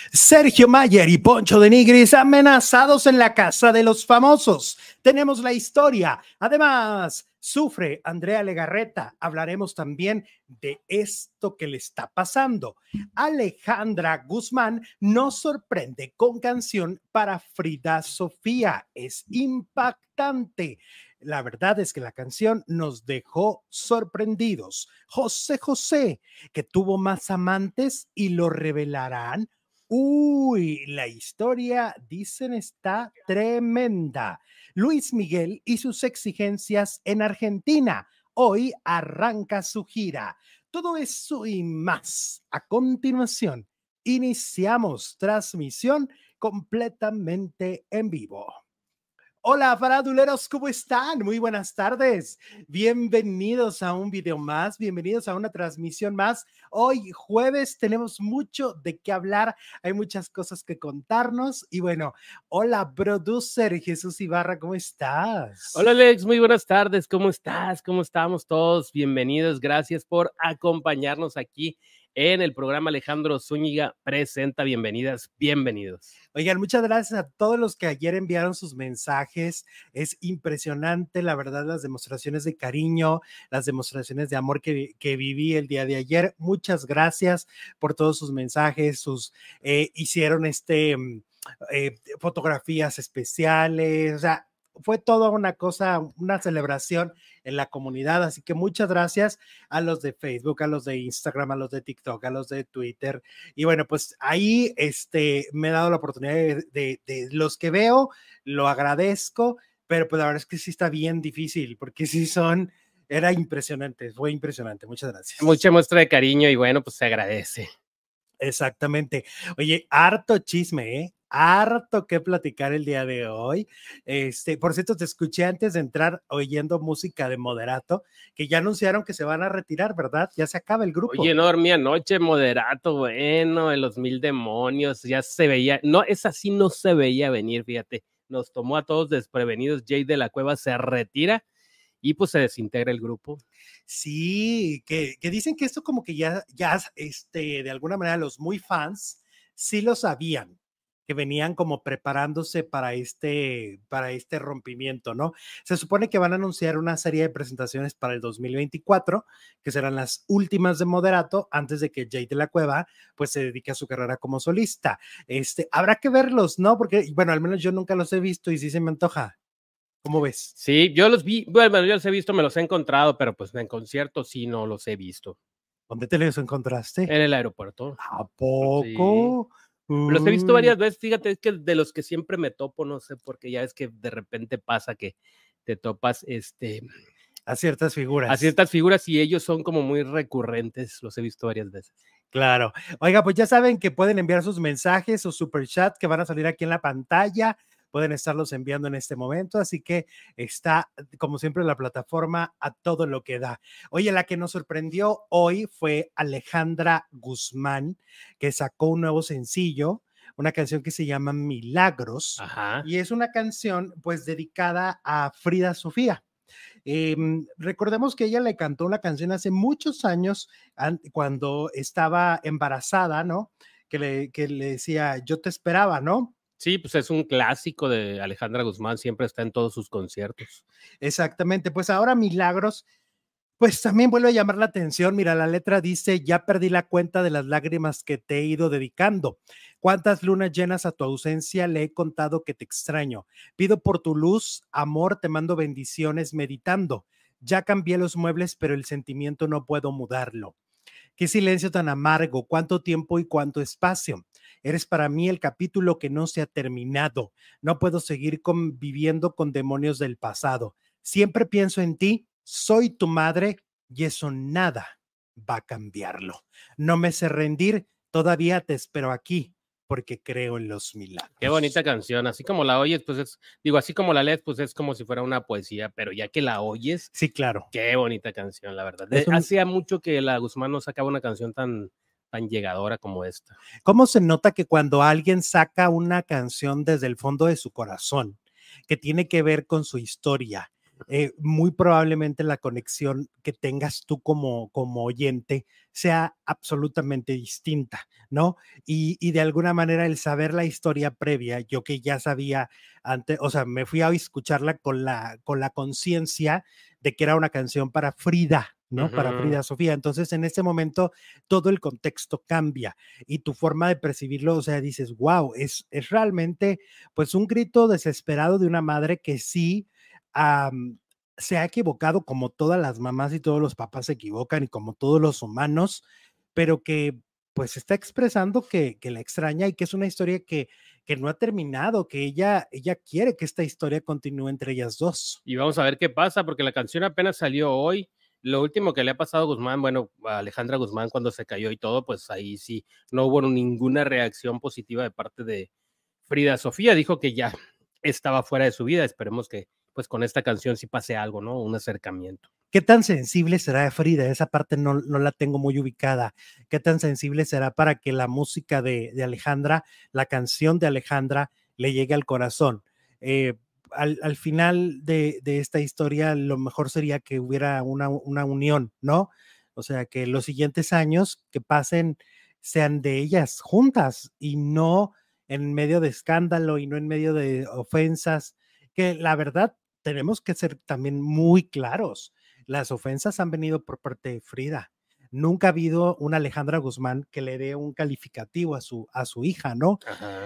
Sergio Mayer y Poncho de Nigris amenazados en la casa de los famosos. Tenemos la historia. Además, sufre Andrea Legarreta. Hablaremos también de esto que le está pasando. Alejandra Guzmán nos sorprende con canción para Frida Sofía. Es impactante. La verdad es que la canción nos dejó sorprendidos. José José, que tuvo más amantes y lo revelarán. Uy, la historia, dicen, está tremenda. Luis Miguel y sus exigencias en Argentina. Hoy arranca su gira. Todo eso y más. A continuación, iniciamos transmisión completamente en vivo. Hola, faraduleros, ¿cómo están? Muy buenas tardes. Bienvenidos a un video más, bienvenidos a una transmisión más. Hoy jueves tenemos mucho de qué hablar, hay muchas cosas que contarnos y bueno, hola, producer Jesús Ibarra, ¿cómo estás? Hola Alex, muy buenas tardes, ¿cómo estás? ¿Cómo estamos todos? Bienvenidos, gracias por acompañarnos aquí en el programa Alejandro Zúñiga Presenta. Bienvenidas, bienvenidos. Oigan, muchas gracias a todos los que ayer enviaron sus mensajes. Es impresionante, la verdad, las demostraciones de cariño, las demostraciones de amor que viví el día de ayer. Muchas gracias por todos sus mensajes, hicieron fotografías especiales, o sea, fue toda una cosa, una celebración en la comunidad, así que muchas gracias a los de Facebook, a los de Instagram, a los de TikTok, a los de Twitter, y bueno, pues ahí me he dado la oportunidad de los que veo, lo agradezco, pero pues la verdad es que sí está bien difícil, porque sí era impresionante, fue impresionante, muchas gracias. Mucha muestra de cariño y bueno, pues se agradece. Exactamente. Oye, harto chisme, ¿eh? Harto que platicar el día de hoy. Por cierto, te escuché antes de entrar oyendo música de Moderato, que ya anunciaron que se van a retirar, ¿verdad? Ya se acaba el grupo. Oye, no dormí anoche, Moderato, bueno, en los Mil Demonios, ya se veía, no, esa sí no se veía venir, fíjate, nos tomó a todos desprevenidos. Jay de la Cueva se retira y pues se desintegra el grupo. Sí, que dicen que esto como que ya, de alguna manera los muy fans sí lo sabían, que venían como preparándose para este rompimiento, ¿no? Se supone que van a anunciar una serie de presentaciones para el 2024, que serán las últimas de Moderato, antes de que Jay de la Cueva, pues se dedique a su carrera como solista. Habrá que verlos, ¿no? Porque, bueno, al menos yo nunca los he visto y sí se me antoja. ¿Cómo ves? Sí, yo los vi, bueno, yo los he visto, me los he encontrado, pero pues en conciertos sí no los he visto. ¿Dónde te los encontraste? En el aeropuerto. ¿A poco? Sí. Los he visto varias veces, fíjate, es que de los que siempre me topo, no sé, porque ya es que de repente pasa que te topas a ciertas figuras. A ciertas figuras y ellos son como muy recurrentes, los he visto varias veces. Claro. Oiga, pues ya saben que pueden enviar sus mensajes o super chat que van a salir aquí en la pantalla. Pueden estarlos enviando en este momento, así que está, como siempre, la plataforma a todo lo que da. Oye, la que nos sorprendió hoy fue Alejandra Guzmán, que sacó un nuevo sencillo, una canción que se llama Milagros. Ajá. Y es una canción pues dedicada a Frida Sofía. Recordemos que ella le cantó una canción hace muchos años cuando estaba embarazada, ¿no? Que le decía, yo te esperaba, ¿no? Sí, pues es un clásico de Alejandra Guzmán, siempre está en todos sus conciertos. Exactamente, pues ahora Milagros, pues también vuelve a llamar la atención. Mira, la letra dice, ya perdí la cuenta de las lágrimas que te he ido dedicando. Cuántas lunas llenas a tu ausencia le he contado que te extraño. Pido por tu luz, amor, te mando bendiciones meditando. Ya cambié los muebles, pero el sentimiento no puedo mudarlo. Qué silencio tan amargo, cuánto tiempo y cuánto espacio. Eres para mí el capítulo que no se ha terminado. No puedo seguir conviviendo con demonios del pasado. Siempre pienso en ti, soy tu madre y eso nada va a cambiarlo. No me sé rendir, todavía te espero aquí porque creo en los milagros. Qué bonita canción, así como la oyes, pues así como la lees, pues es como si fuera una poesía, pero ya que la oyes, sí, claro. Qué bonita canción, la verdad. Hacía mucho que la Guzmán no sacaba una canción tan llegadora como esta. ¿Cómo se nota que cuando alguien saca una canción desde el fondo de su corazón, que tiene que ver con su historia, muy probablemente la conexión que tengas tú como oyente sea absolutamente distinta, ¿no? Y de alguna manera el saber la historia previa, yo que ya sabía antes, o sea, me fui a escucharla con la conciencia de que era una canción para Frida, ¿no? Para Frida Sofía. Entonces, en ese momento, todo el contexto cambia y tu forma de percibirlo, o sea, dices, wow, es realmente, pues, un grito desesperado de una madre que sí se ha equivocado como todas las mamás y todos los papás se equivocan y como todos los humanos, pero que pues está expresando que la extraña y que es una historia que no ha terminado, que ella quiere que esta historia continúe entre ellas dos. Y vamos a ver qué pasa, porque la canción apenas salió hoy. Lo último que le ha pasado a Guzmán, bueno, a Alejandra Guzmán cuando se cayó y todo, pues ahí sí no hubo ninguna reacción positiva de parte de Frida Sofía. Dijo que ya estaba fuera de su vida. Esperemos que pues con esta canción sí pase algo, ¿no? Un acercamiento. ¿Qué tan sensible será Frida? Esa parte no la tengo muy ubicada. ¿Qué tan sensible será para que la música de Alejandra, la canción de Alejandra, le llegue al corazón? Al final de esta historia, lo mejor sería que hubiera una unión, ¿no? O sea, que los siguientes años que pasen sean de ellas juntas y no en medio de escándalo y no en medio de ofensas, que la verdad tenemos que ser también muy claros. Las ofensas han venido por parte de Frida. Nunca ha habido una Alejandra Guzmán que le dé un calificativo a su hija, ¿no?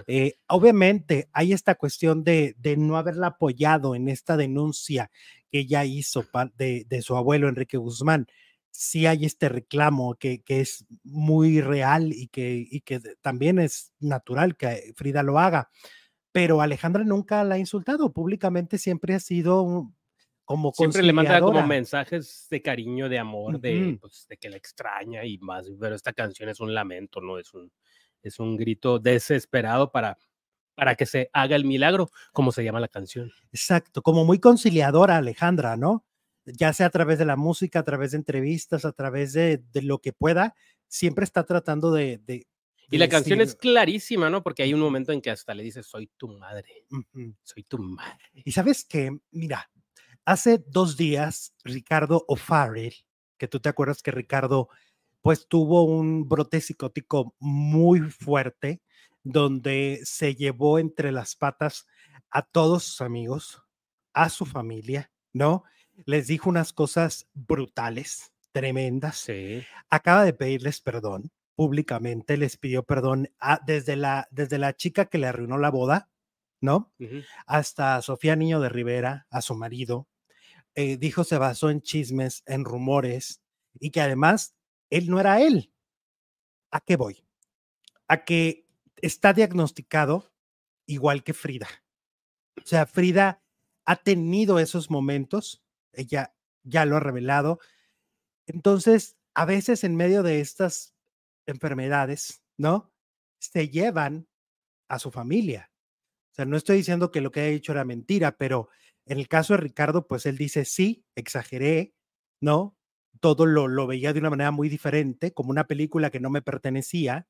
Obviamente hay esta cuestión de no haberla apoyado en esta denuncia que ella hizo de su abuelo Enrique Guzmán. Sí hay este reclamo que es muy real y que también es natural que Frida lo haga, pero Alejandra nunca la ha insultado, públicamente siempre ha sido como siempre le manda como conciliadora. mensajes de cariño, de amor, pues, de que la extraña y más, pero esta canción es un lamento, ¿no? Es un grito desesperado para que se haga el milagro, como se llama la canción. Exacto, como muy conciliadora Alejandra, ¿no? Ya sea a través de la música, a través de entrevistas, a través de lo que pueda, siempre está tratando de Y la canción es decir. clarísima, ¿no? Porque hay un momento en que hasta le dice, soy tu madre, soy tu madre. Y sabes qué, mira, hace 2 días, Ricardo O'Farrell, que tú te acuerdas que Ricardo, pues tuvo un brote psicótico muy fuerte, donde se llevó entre las patas a todos sus amigos, a su familia, ¿no? Les dijo unas cosas brutales, tremendas. Sí. Acaba de pedirles perdón públicamente, les pidió perdón desde la chica que le arruinó la boda, ¿no? Hasta Sofía Niño de Rivera, a su marido. Dijo se basó en chismes, en rumores, y que además él no era él. ¿A qué voy? A que está diagnosticado igual que Frida. O sea, Frida ha tenido esos momentos, ella ya lo ha revelado. Entonces, a veces en medio de estas enfermedades, ¿no? Se llevan a su familia. O sea, no estoy diciendo que lo que ha dicho era mentira, pero en el caso de Ricardo, pues él dice, sí, exageré, ¿no? Todo lo veía de una manera muy diferente, como una película que no me pertenecía.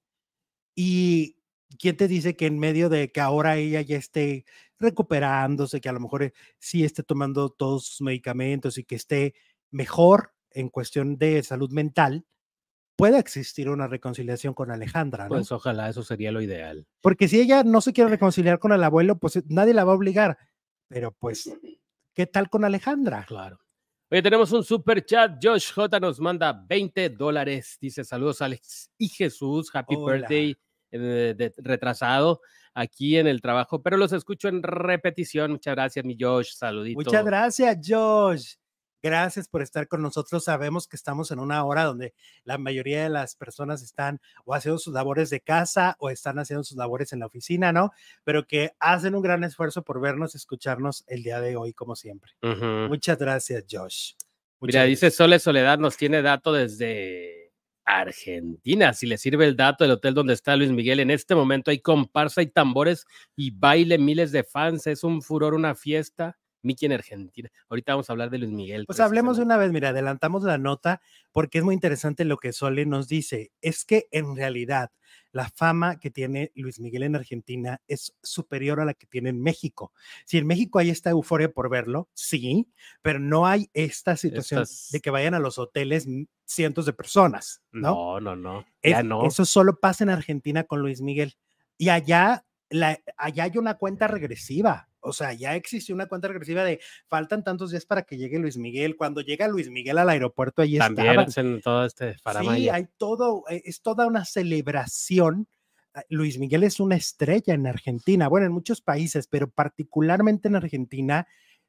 Y quién te dice que en medio de que ahora ella ya esté recuperándose, que a lo mejor sí esté tomando todos sus medicamentos y que esté mejor en cuestión de salud mental, pueda existir una reconciliación con Alejandra, ¿no? Pues ojalá eso sería lo ideal. Porque si ella no se quiere reconciliar con el abuelo, pues nadie la va a obligar. Pero pues, ¿qué tal con Alejandra? Claro. Oye, tenemos un super chat. Josh J nos manda $20. Dice saludos Alex y Jesús. Happy Hola. birthday retrasado aquí en el trabajo, pero los escucho en repetición. Muchas gracias, mi Josh. Saludito. Muchas gracias, Josh. Gracias por estar con nosotros. Sabemos que estamos en una hora donde la mayoría de las personas están o haciendo sus labores de casa o están haciendo sus labores en la oficina, ¿no? Pero que hacen un gran esfuerzo por vernos, escucharnos el día de hoy, como siempre. Muchas gracias, Josh. Mira, dice Sole Soledad, nos tiene dato desde Argentina. Si le sirve el dato del hotel donde está Luis Miguel, en este momento hay comparsa y tambores y baile, miles de fans. Es un furor, una fiesta. Miki en Argentina. Ahorita vamos a hablar de Luis Miguel. Pues hablemos de una vez, mira, adelantamos la nota porque es muy interesante lo que Sole nos dice. Es que en realidad la fama que tiene Luis Miguel en Argentina es superior a la que tiene en México. Si en México hay esta euforia por verlo, sí, pero no hay esta situación de que vayan a los hoteles cientos de personas, ¿no? No, ya no. Eso solo pasa en Argentina con Luis Miguel. Y allá hay una cuenta regresiva. O sea, ya existe una cuenta regresiva de faltan tantos días para que llegue Luis Miguel. Cuando llega Luis Miguel al aeropuerto, allí también hacen todo este faramaya. Sí, hay todo, es toda una celebración. Luis Miguel es una estrella en Argentina, bueno, en muchos países, pero particularmente en Argentina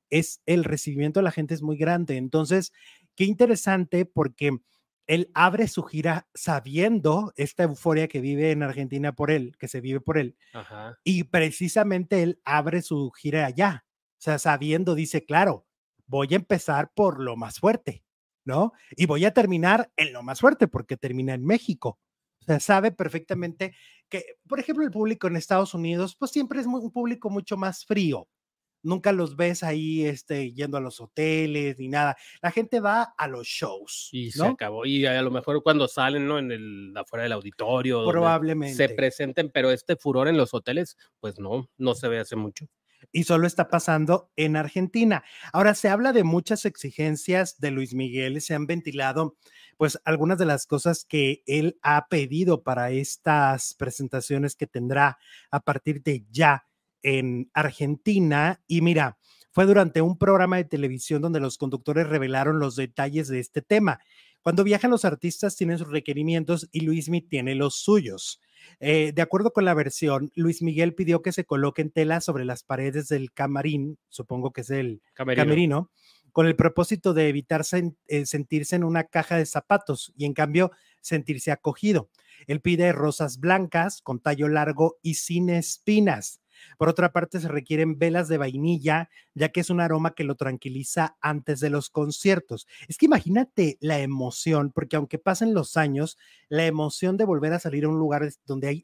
el recibimiento de la gente es muy grande. Entonces, qué interesante porque él abre su gira sabiendo esta euforia que vive en Argentina por él, que se vive por él. Ajá. Y precisamente él abre su gira allá. O sea, sabiendo, dice, claro, voy a empezar por lo más fuerte, ¿no? Y voy a terminar en lo más fuerte porque termina en México. O sea, sabe perfectamente que, por ejemplo, el público en Estados Unidos, pues siempre es un público mucho más frío. Nunca los ves ahí yendo a los hoteles ni nada. La gente va a los shows. Y ¿no? se acabó. Y a lo mejor cuando salen, ¿no? Afuera del auditorio. Probablemente. Se presenten, pero este furor en los hoteles, pues no se ve hace mucho. Y solo está pasando en Argentina. Ahora se habla de muchas exigencias de Luis Miguel, se han ventilado pues algunas de las cosas que él ha pedido para estas presentaciones que tendrá a partir de ya en Argentina. Y mira, fue durante un programa de televisión donde los conductores revelaron los detalles de este tema. Cuando viajan los artistas tienen sus requerimientos y Luismi tiene los suyos. De acuerdo con la versión, Luis Miguel pidió que se coloquen telas sobre las paredes del camarín, supongo que es el camerino, con el propósito de evitar sentirse en una caja de zapatos y en cambio sentirse acogido. Él pide rosas blancas con tallo largo y sin espinas. Por otra parte, se requieren velas de vainilla, ya que es un aroma que lo tranquiliza antes de los conciertos. Es que imagínate la emoción, porque aunque pasen los años, la emoción de volver a salir a un lugar donde hay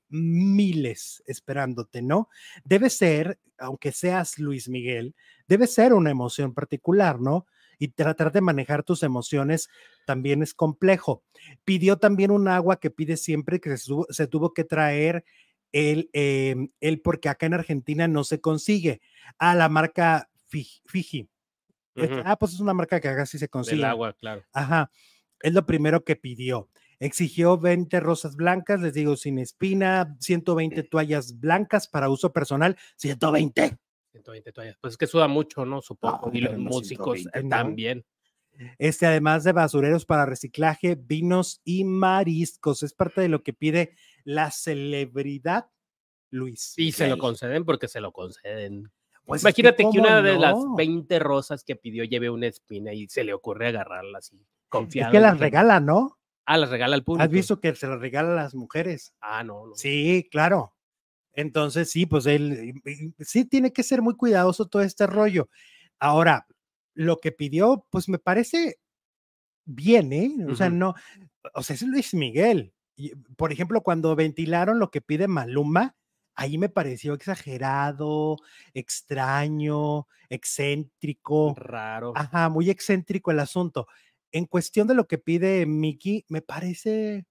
miles esperándote, ¿no? Debe ser, aunque seas Luis Miguel, debe ser una emoción particular, ¿no? Y tratar de manejar tus emociones también es complejo. Pidió también un agua que pide siempre, que se tuvo que traer él, porque acá en Argentina no se consigue. La marca Fiji. Pues es una marca que acá sí se consigue. El agua, claro. Ajá, es lo primero que pidió. Exigió 20 rosas blancas, les digo, sin espina, 120 toallas blancas para uso personal, 120. 120 toallas. Pues es que suda mucho, ¿no? Supongo. Y los músicos 120, también. Además de basureros para reciclaje, vinos y mariscos. Es parte de lo que pide la celebridad Luis Y Miguel. se lo conceden porque se lo conceden. Pues imagínate que una de las 20 rosas que pidió lleve una espina y se le ocurre agarrarla así, confiado. Es que las regala, ¿no? Las regala al público. ¿Has visto que se las regala a las mujeres? No. Sí, claro. Entonces, sí, pues él sí tiene que ser muy cuidadoso todo este rollo. Ahora, lo que pidió, pues me parece bien, ¿eh? O sea, no, o sea, es Luis Miguel. Y, por ejemplo, cuando ventilaron lo que pide Maluma, ahí me pareció exagerado, extraño, excéntrico. Raro. Ajá, muy excéntrico el asunto. En cuestión de lo que pide Mickey, me parece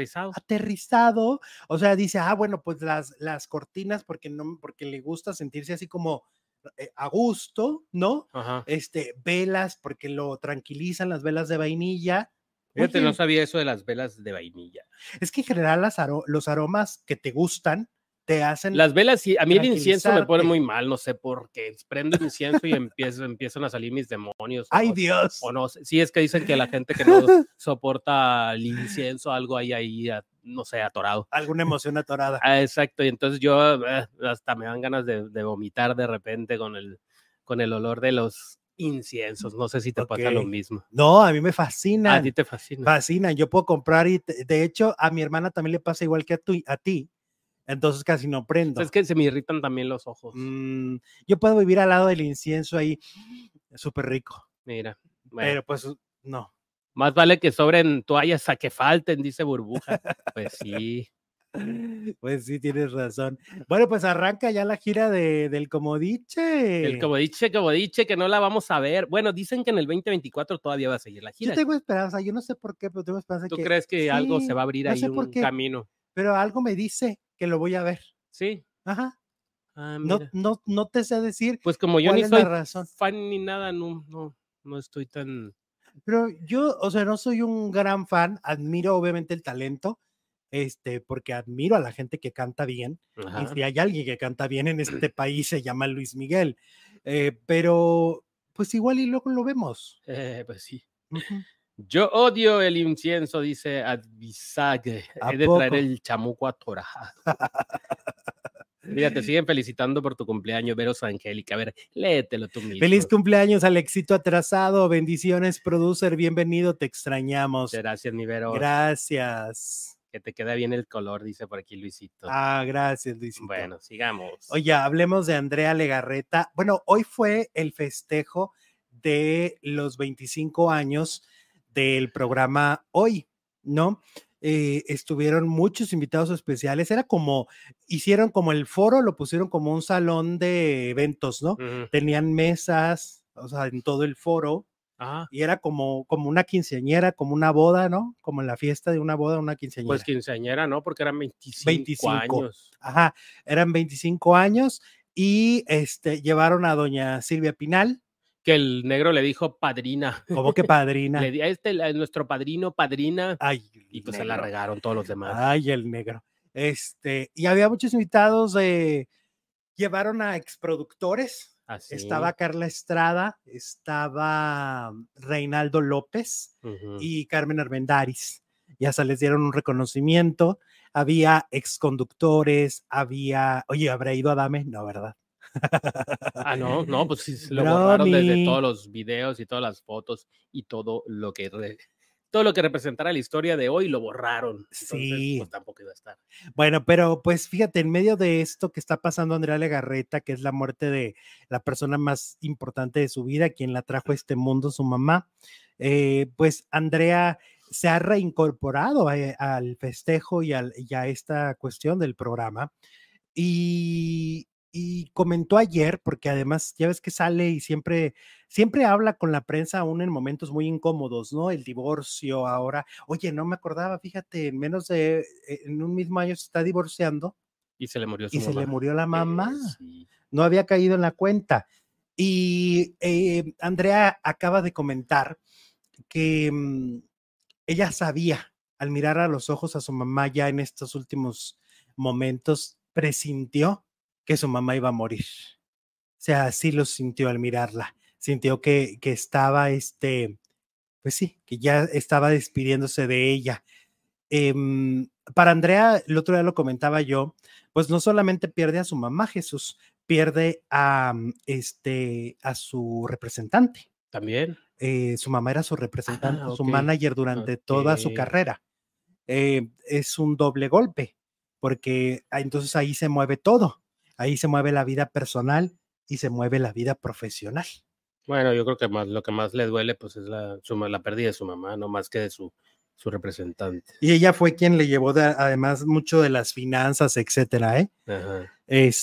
aterrizado. O sea, dice, bueno, pues las cortinas, porque le gusta sentirse así como a gusto, ¿no? Ajá. Velas, porque lo tranquilizan las velas de vainilla. Fíjate, oye, no sabía eso de las velas de vainilla. Es que en general los aromas que te gustan te hacen. Las velas, sí, a mí el incienso me pone muy mal, no sé por qué. Prendo el incienso y empiezan a salir mis demonios. ¡Ay, Dios! O no sé. Sí, es que dicen que la gente que no soporta el incienso, algo hay ahí, no sé, atorado. Alguna emoción atorada. Exacto, y entonces yo hasta me dan ganas de vomitar de repente con el olor de los inciensos. No sé si te pasa lo mismo. No, a mí me fascina. A ti te fascina. Fascina. Yo puedo comprar y de hecho a mi hermana también le pasa igual que a ti. Entonces casi no prendo. Es que se me irritan también los ojos. Yo puedo vivir al lado del incienso ahí, súper rico. Mira. Bueno. Pero pues no. Más vale que sobren toallas a que falten, dice Burbuja. Pues sí. Pues sí, tienes razón. Bueno, pues arranca ya la gira del Comodiche. El Comodiche, que no la vamos a ver. Bueno, dicen que en el 2024 todavía va a seguir la gira. Yo tengo esperanza, yo no sé por qué, pero tengo esperanza. ¿Tú crees que algo se va a abrir ahí, un camino? pero algo me dice que lo voy a ver. Sí. Ajá. Ah, No, mira. no te sé decir Pues como yo cuál ni es la soy razón. fan ni nada, no estoy tan. Pero yo, o sea, no soy un gran fan, admiro obviamente el talento, porque admiro a la gente que canta bien, y Ajá. si hay alguien que canta bien en este país se llama Luis Miguel, pero pues igual y luego lo vemos. Pues sí. Ujú. Yo odio el incienso, dice Advisag. ¿A He de traer poco? el chamuco atorado. Mira, te siguen felicitando por tu cumpleaños, Veros Angélica. A ver, léetelo tú Feliz mismo. cumpleaños, Alexito atrasado, bendiciones, producer, bienvenido, te extrañamos. Gracias, mi Veros. Gracias. Que te queda bien el color, dice por aquí Luisito. Ah, gracias, Luisito. Bueno, sigamos. Oye, hablemos de Andrea Legarreta. Bueno, hoy fue el festejo de los 25 años del programa Hoy, ¿no? Estuvieron muchos invitados especiales. Era como, hicieron como el foro, lo pusieron como un salón de eventos, ¿no? Tenían mesas, o sea, en todo el foro. Y era como una quinceañera, como una boda, ¿no? Como en la fiesta de una boda, una quinceañera. Pues quinceañera, ¿no? Porque eran 25 años. Ajá, eran 25 años y llevaron a doña Silvia Pinal. Que el negro le dijo padrina. ¿Cómo que padrina? Le di a nuestro padrino, padrina. Ay, y pues negro. Se la regaron todos los demás. Ay, el negro. Y había muchos invitados, llevaron a exproductores. Así. Estaba Carla Estrada, estaba Reinaldo López y Carmen Armendáriz. Ya se les dieron un reconocimiento. Había exconductores, oye, ¿habrá ido Adame? No, ¿verdad? No, pues sí, lo borraron desde todos los videos y todas las fotos y todo lo que representara la historia de hoy lo borraron. Entonces, sí. Pues tampoco iba a estar. Bueno, pero pues fíjate, en medio de esto que está pasando Andrea Legarreta, que es la muerte de la persona más importante de su vida, quien la trajo a este mundo, su mamá, pues Andrea se ha reincorporado al festejo y a esta cuestión del programa. Y comentó ayer, porque además ya ves que sale y siempre habla con la prensa aún en momentos muy incómodos, ¿no? El divorcio ahora. Oye, no me acordaba, fíjate, en un mismo año se está divorciando. Y se le murió su y mamá. Se le murió la mamá. Sí. No había caído en la cuenta. Y Andrea acaba de comentar que ella sabía, al mirar a los ojos a su mamá ya en estos últimos momentos, presintió que su mamá iba a morir. O sea, así lo sintió al mirarla. Sintió que estaba, pues sí, que ya estaba despidiéndose de ella. Para Andrea, el otro día lo comentaba yo, pues no solamente pierde a su mamá, Jesús, pierde a su representante. También. Su mamá era su representante, su manager durante toda su carrera. Es un doble golpe, porque entonces ahí se mueve todo. Ahí se mueve la vida personal y se mueve la vida profesional. Bueno, yo creo que lo que más le duele pues es la pérdida de su mamá, no más que de su representante. Y ella fue quien le llevó además mucho de las finanzas, etcétera, ¿eh? Ajá.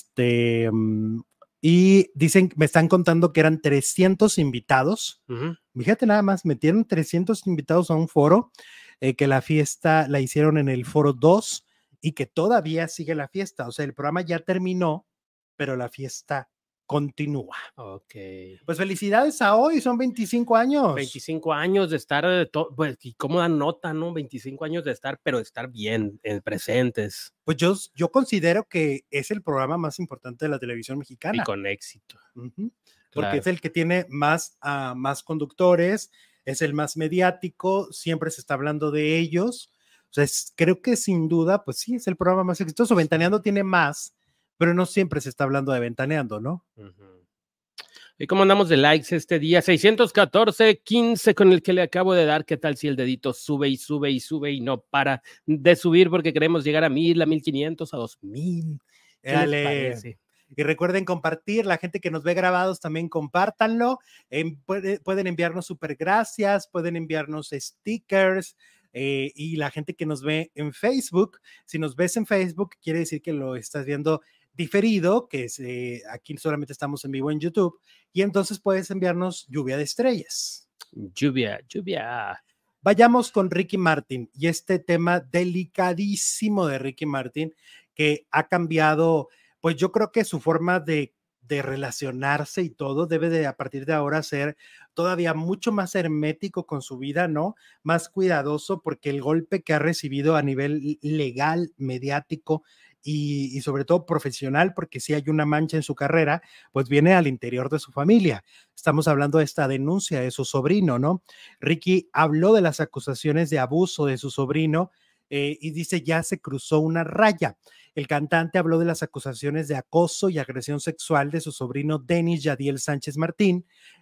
Y dicen, me están contando que eran 300 invitados. Fíjate nada más, metieron 300 invitados a un foro, que la fiesta la hicieron en el foro 2 y que todavía sigue la fiesta. O sea, el programa ya terminó, pero la fiesta continúa. Ok. Pues felicidades a Hoy, son 25 años. 25 años de estar, pues, y cómo dan nota, ¿no? 25 años de estar, pero estar bien, presentes. Pues yo considero que es el programa más importante de la televisión mexicana. Y con éxito. Porque claro, es el que tiene más conductores, es el más mediático, siempre se está hablando de ellos. O sea, creo que sin duda, pues sí, es el programa más exitoso. Ventaneando tiene más, pero no siempre se está hablando de Ventaneando, ¿no? ¿Y cómo andamos de likes este día? 614, 15 con el que le acabo de dar. ¿Qué tal si el dedito sube y sube y sube y no para de subir porque queremos llegar a 1000, a 1500, a 2000? ¿Qué les parece? Y recuerden compartir, la gente que nos ve grabados también compártanlo. Pueden enviarnos super gracias, pueden enviarnos stickers. Y la gente que nos ve en Facebook, si nos ves en Facebook, quiere decir que lo estás viendo diferido, que es, aquí solamente estamos en vivo en YouTube, y entonces puedes enviarnos lluvia de estrellas. Lluvia. Vayamos con Ricky Martin y este tema delicadísimo de Ricky Martin que ha cambiado, pues yo creo que su forma de relacionarse y todo debe de a partir de ahora ser todavía mucho más hermético con su vida, ¿no? Más cuidadoso porque el golpe que ha recibido a nivel legal, mediático y sobre todo profesional, porque si hay una mancha en su carrera, pues viene al interior de su familia. Estamos hablando de esta denuncia de su sobrino, ¿no? Ricky habló de las acusaciones de abuso de su sobrino y dice ya se cruzó una raya. El cantante habló de las acusaciones de acoso y agresión sexual de su sobrino Denis Yadiel Sánchez Martín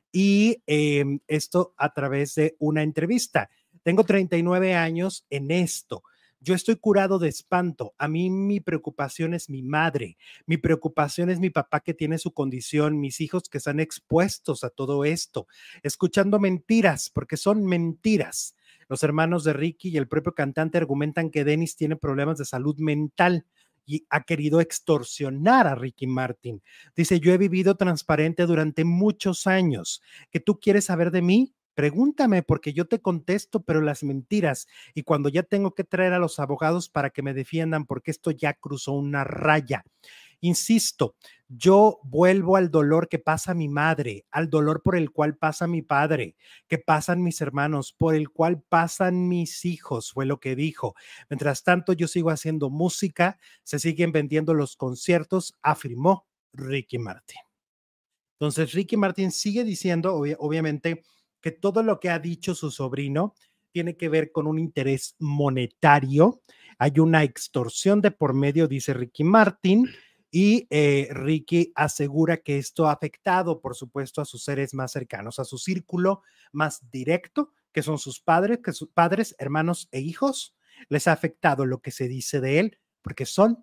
y esto a través de una entrevista. Tengo 39 años en esto. Yo estoy curado de espanto. A mí mi preocupación es mi madre. Mi preocupación es mi papá que tiene su condición, mis hijos que están expuestos a todo esto, escuchando mentiras, porque son mentiras. Los hermanos de Ricky y el propio cantante argumentan que Denis tiene problemas de salud mental y ha querido extorsionar a Ricky Martin. Dice, yo he vivido transparente durante muchos años. ¿Que tú quieres saber de mí? Pregúntame porque yo te contesto, pero las mentiras. Y cuando ya tengo que traer a los abogados para que me defiendan, porque esto ya cruzó una raya. Insisto, yo vuelvo al dolor que pasa mi madre, al dolor por el cual pasa mi padre, que pasan mis hermanos, por el cual pasan mis hijos, fue lo que dijo. Mientras tanto, yo sigo haciendo música, se siguen vendiendo los conciertos, afirmó Ricky Martin. Entonces, Ricky Martin sigue diciendo, obviamente, que todo lo que ha dicho su sobrino tiene que ver con un interés monetario. Hay una extorsión de por medio, dice Ricky Martin, y Ricky asegura que esto ha afectado, por supuesto, a sus seres más cercanos, a su círculo más directo, que son sus padres, que sus padres, hermanos e hijos. Les ha afectado lo que se dice de él, porque son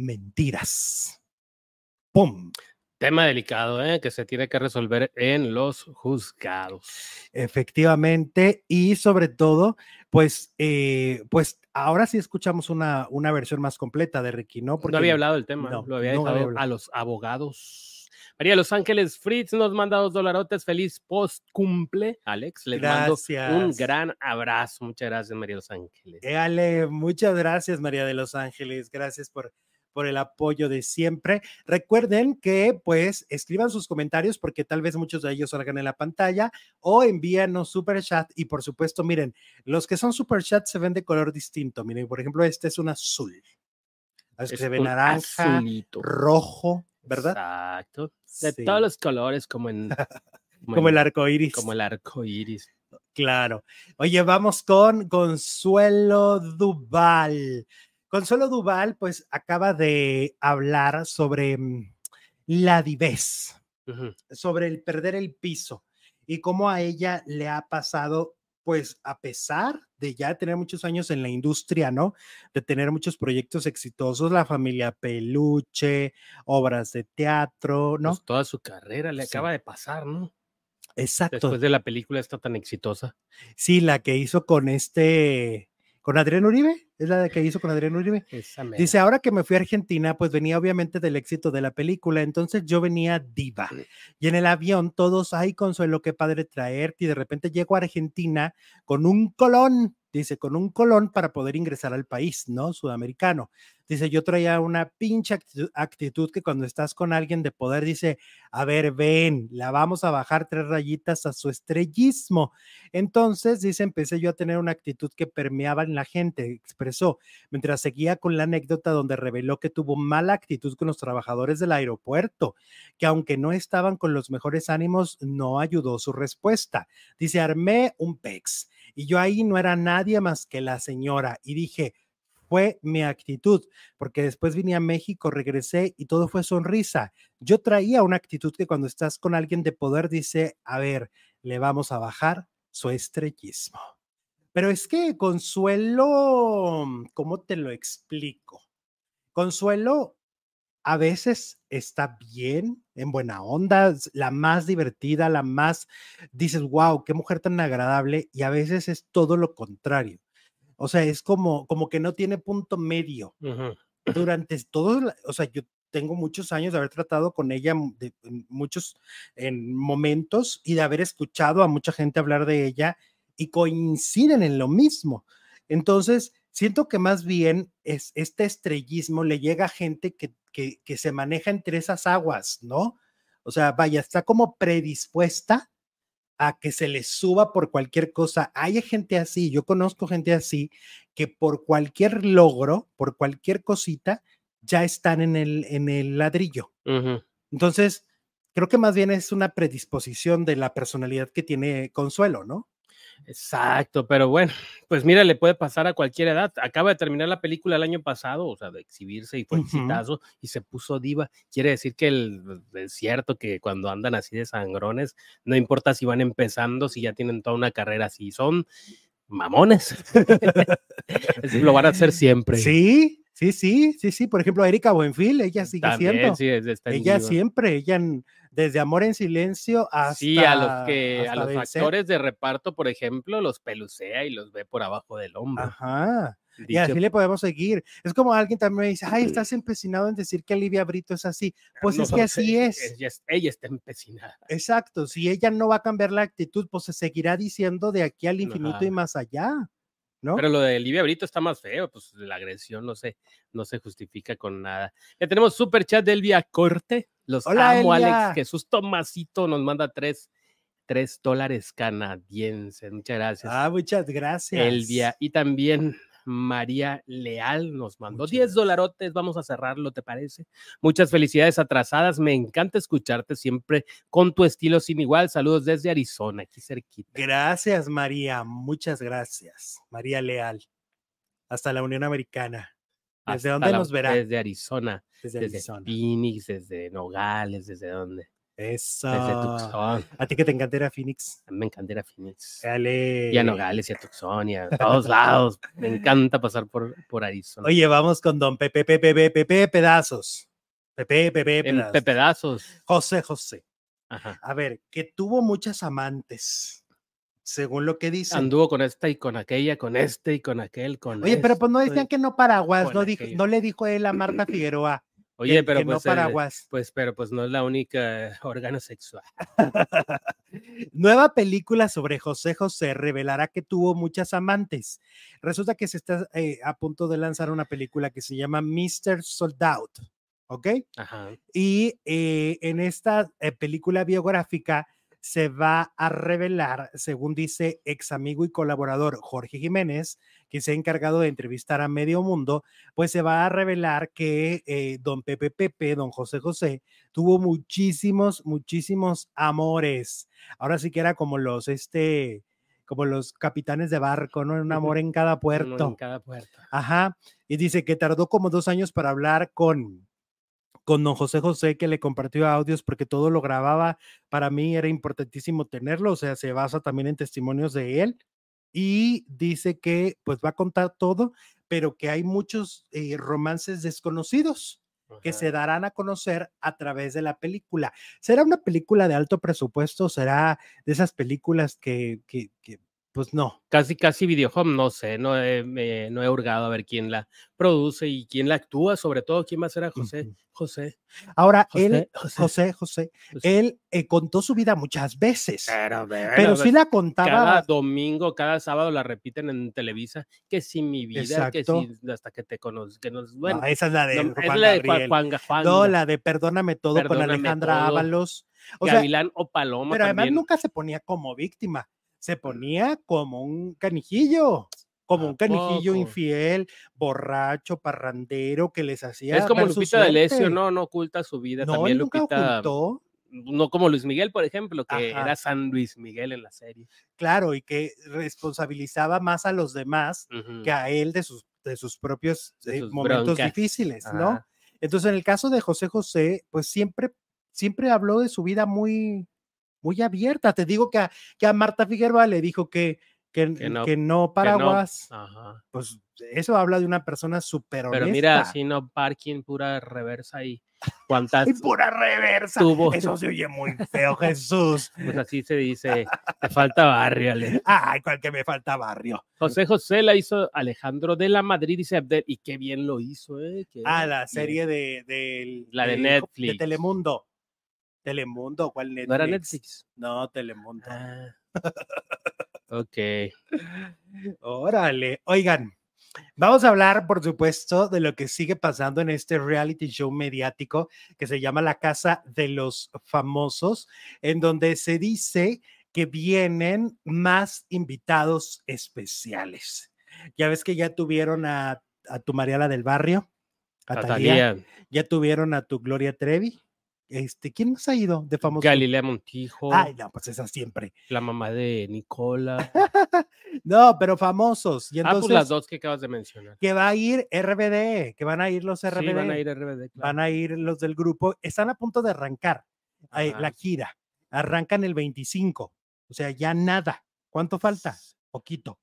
mentiras. ¡Pum! Tema delicado, que se tiene que resolver en los juzgados. Efectivamente, y sobre todo, pues ahora sí escuchamos una versión más completa de Ricky, ¿no? Porque no había hablado del tema, no, lo había dejado a los abogados. María de Los Ángeles Fritz nos manda $2. Feliz post cumple, Alex. Les mando un gran abrazo. Muchas gracias, María de Los Ángeles. Ale, muchas gracias, María de Los Ángeles. Gracias por el apoyo de siempre. Recuerden que pues escriban sus comentarios porque tal vez muchos de ellos salgan en la pantalla o envíanos super chat y por supuesto, miren, los que son super chat se ven de color distinto. Miren, por ejemplo, este es un azul. Es que se ve naranja, azulito, rojo, ¿verdad? Exacto. De sí. Todos los colores, como en como el arco iris. Como el arco iris. Claro. Oye, vamos con Consuelo Duval. Consuelo Duval, pues, acaba de hablar sobre la divez, sobre el perder el piso y cómo a ella le ha pasado, pues, a pesar de ya tener muchos años en la industria, ¿no? De tener muchos proyectos exitosos, la familia Peluche, obras de teatro, ¿no? Pues toda su carrera le acaba de pasar, ¿no? Exacto. Después de la película esta tan exitosa. Sí, la que hizo con Adrián Uribe, es la que hizo con Adrián Uribe. Dice, ahora que me fui a Argentina, pues venía obviamente del éxito de la película, entonces yo venía diva. Y en el avión todos, ay, Consuelo, qué padre traerte, y de repente llego a Argentina con un colón, dice, con un colón para poder ingresar al país, ¿no? Sudamericano. Dice, yo traía una pinche actitud que cuando estás con alguien de poder, dice, a ver, ven, la vamos a bajar 3 rayitas a su estrellismo. Entonces, dice, empecé yo a tener una actitud que permeaba en la gente, expresó, mientras seguía con la anécdota donde reveló que tuvo mala actitud con los trabajadores del aeropuerto, que aunque no estaban con los mejores ánimos, no ayudó su respuesta. Dice, armé un pex y yo ahí no era nadie más que la señora y dije, fue mi actitud, porque después vine a México, regresé y todo fue sonrisa. Yo traía una actitud que cuando estás con alguien de poder dice, a ver, le vamos a bajar su estrellismo. Pero es que Consuelo, ¿cómo te lo explico? Consuelo a veces está bien, en buena onda, la más divertida, la más, dices, wow, qué mujer tan agradable, y a veces es todo lo contrario. O sea, es como que no tiene punto medio. Durante todo, o sea, yo tengo muchos años de haber tratado con ella en muchos momentos y de haber escuchado a mucha gente hablar de ella y coinciden en lo mismo. Entonces, siento que más bien este estrellismo le llega a gente que se maneja entre esas aguas, ¿no? O sea, vaya, está como predispuesta a que se les suba por cualquier cosa. Hay gente así, yo conozco gente así, que por cualquier logro, por cualquier cosita, ya están en el ladrillo. Ujú. Entonces, creo que más bien es una predisposición de la personalidad que tiene Consuelo, ¿no? Exacto, pero bueno, pues mira, le puede pasar a cualquier edad. Acaba de terminar la película el año pasado, o sea, de exhibirse y fue exitazo y se puso diva. Quiere decir que es cierto que cuando andan así de sangrones, no importa si van empezando, si ya tienen toda una carrera así, son mamones. Lo van a hacer siempre. Sí, sí, sí, sí, sí. Por ejemplo, Erika Buenfil, ella sigue También, siendo. sí, está en Ella diva. siempre, desde Amor en Silencio Sí, a hasta los Vencer. actores de reparto, por ejemplo, los pelucea y los ve por abajo del hombro. Ajá. Y Dicho, así le podemos seguir. Es como alguien también me dice, ay, estás empecinado en decir que Olivia Brito es así. Pues no, es que así es. ella está empecinada. Exacto. Si ella no va a cambiar la actitud, pues se seguirá diciendo de aquí al infinito y Ajá. más allá, ¿no? Pero lo de Olivia Brito está más feo, pues la agresión no se justifica con nada. Ya tenemos super chat de Elvia Corte. Los Hola, amo, Elia. Alex. Jesús Tomasito nos manda $3 canadienses. Muchas gracias. Ah, muchas gracias. Elvia. Y también María Leal nos mandó Muchas $10. Vamos a cerrarlo, ¿te parece? Muchas felicidades atrasadas. Me encanta escucharte siempre con tu estilo sin igual. Saludos desde Arizona, aquí cerquita. Gracias, María. Muchas gracias. María Leal. Hasta la Unión Americana. ¿Desde dónde nos verá? Desde Arizona. Desde Arizona. Phoenix, desde Nogales, ¿desde dónde? Eso. Desde Tucson. ¿A ti que te encanta ir a Phoenix? A mí me encanta ir a Phoenix. Dale. Y a Nogales y a Tucson y a todos lados. Me encanta pasar por Arizona. Oye, vamos con don Pepe Pedazos. Pepe Pedazos. En pedazos. José. Ajá. A ver, que tuvo muchas amantes, según lo que dicen. Anduvo con esta y con aquella, con este y con aquel, con Oye, pero pues no decían que no paraguas, no le dijo él a Marta Figueroa. Oye, pero que pues, no paraguas. Pero pues no es la única órgano sexual. Nueva película sobre José revelará que tuvo muchas amantes. Resulta que se está a punto de lanzar una película que se llama Mr. Sold Out, ¿ok? Ajá. Y en esta película biográfica se va a revelar, según dice ex amigo y colaborador Jorge Jiménez, que se ha encargado de entrevistar a medio mundo, pues se va a revelar que don don José, tuvo muchísimos amores. Ahora sí que era como como los capitanes de barco, ¿no? Un amor en cada puerto. En cada puerto. Ajá. Y dice que tardó como 2 años para hablar con don José, que le compartió audios porque todo lo grababa. Para mí era importantísimo tenerlo, o sea, se basa también en testimonios de él y dice que pues va a contar todo, pero que hay muchos romances desconocidos que se darán a conocer a través de la película. ¿Será una película de alto presupuesto? ¿Será de esas películas que pues no? Casi Videohome, no sé, no he hurgado a ver quién la produce y quién la actúa, sobre todo quién va a ser a José. Ahora, José, él contó su vida muchas veces, pero sí la contaba. Cada domingo, cada sábado la repiten en Televisa, que si mi vida, exacto, que si hasta que te conozco, bueno, no, esa es la de Juan. No, la de Perdóname Todo con Alejandra Ábalos. O Gavilán o Paloma. Pero además nunca se ponía como víctima, se ponía como un canijillo. Como un canijillo infiel, borracho, parrandero, que les hacía. Es como Lupita D'Alessio, no oculta su vida. No, también nunca Lupita ocultó. No como Luis Miguel, por ejemplo, que era San Luis Miguel en la serie. Claro, y que responsabilizaba más a los demás que a él de sus propios momentos difíciles, ¿no? Entonces, en el caso de José, pues siempre habló de su vida muy abierta. Te digo que a Marta Figueroa le dijo que no paraguas. No. Pues eso habla de una persona súper honesta. Pero mira, si no parking, pura reversa y cuántas. Y pura reversa. Eso se oye muy feo, Jesús. Pues así se dice, te falta barrio, Ale. Ay, cuál que me falta barrio. José la hizo Alejandro de la Madrid, dice Abdel, y qué bien lo hizo, la serie de Netflix. De Telemundo. ¿Cuál Netflix? ¿No era Netflix? No, Telemundo. Ok. Órale. Oigan, vamos a hablar, por supuesto, de lo que sigue pasando en este reality show mediático que se llama La Casa de los Famosos, en donde se dice que vienen más invitados especiales. Ya ves que ya tuvieron a tu Mariala del Barrio, a Thalía, Talía, ya tuvieron a tu Gloria Trevi. ¿Quién más ha ido de famoso? Galilea Montijo, Ay, no, pues esa siempre. la mamá de Nicola. No, pero famosos. Y Pues las entonces, dos que acabas de mencionar. que va a ir RBD, que van a ir los RBD. Sí, van a ir RBD, claro. Van a ir los del grupo. Están a punto de arrancar la Ajá. gira. Arrancan el 25. O sea, ya nada. ¿Cuánto falta? Poquito.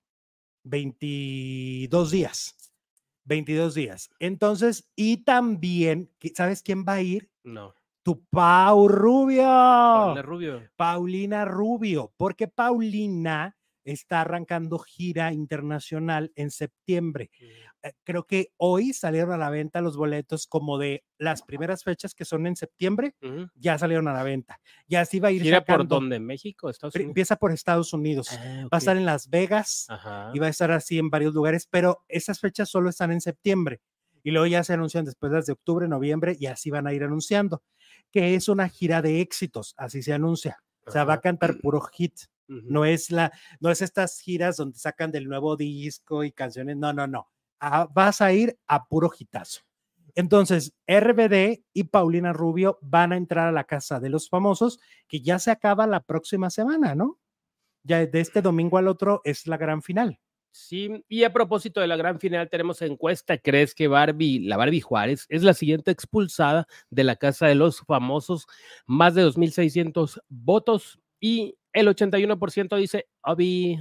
22 días. 22 días. Entonces, y también, ¿sabes quién va a ir? No. Tu Pau Rubio. Paulina Rubio. Paulina Rubio, porque Paulina está arrancando gira internacional en septiembre. Creo que hoy salieron a la venta los boletos como de las primeras fechas que son en septiembre, ya salieron a la venta. Ya así va a ir ¿Gira sacando. por dónde? ¿México? ¿Estados Unidos? Empieza por Estados Unidos. Okay. Va a estar en Las Vegas. Ajá. Y va a estar así en varios lugares, pero esas fechas solo están en septiembre. Y luego ya se anuncian después las de octubre, noviembre, y así van a ir anunciando. Que es una gira de éxitos, así se anuncia. O sea, va a cantar puro hit. No es estas giras donde sacan del nuevo disco y canciones. No. Vas a ir a puro hitazo. Entonces, RBD y Paulina Rubio van a entrar a la Casa de los Famosos, que ya se acaba la próxima semana, ¿no? Ya de este domingo al otro es la gran final. Sí, y a propósito de la gran final, tenemos encuesta. ¿Crees que la Barbie Juárez, es la siguiente expulsada de la Casa de los Famosos? Más de 2,600 votos y el 81% dice Obi.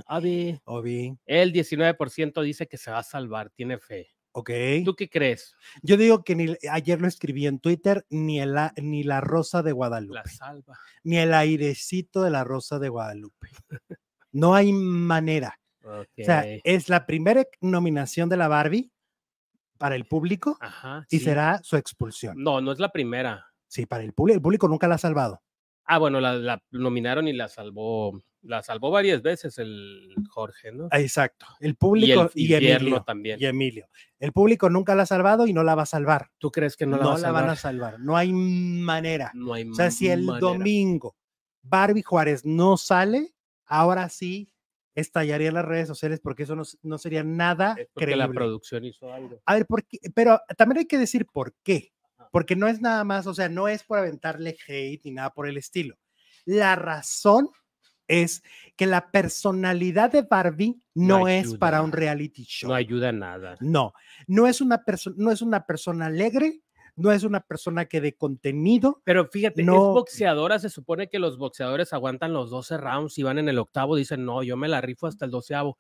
El 19% dice que se va a salvar, tiene fe. Ok. ¿Tú qué crees? Yo digo que ayer lo escribí en Twitter, ni la Rosa de Guadalupe. La salva. Ni el airecito de la Rosa de Guadalupe. No hay manera. Okay. O sea, es la primera nominación de la Barbie para el público. Ajá, y sí. será su expulsión. No es la primera. Sí, para el público nunca la ha salvado. Bueno, la nominaron y la salvó varias veces el Jorge, ¿no? Exacto. El público y Emilio también. Y Emilio. El público nunca la ha salvado y no la va a salvar. ¿Tú crees que no la va a salvar? No la van a salvar. No hay manera. No hay o sea, si el manera. domingo Barbie Juárez no sale, ahora sí estallaría en las redes sociales porque eso no sería nada creíble. La producción hizo algo. A ver, ¿por qué? Pero también hay que decir por qué. Porque no es nada más, o sea, no es por aventarle hate ni nada por el estilo. La razón es que la personalidad de Barbie no es para un reality show. No ayuda a nada. No es una persona alegre, no es una persona que dé contenido. Pero fíjate, es boxeadora, se supone que los boxeadores aguantan los 12 rounds y van en el octavo, dicen, no, yo me la rifo hasta el 12avo.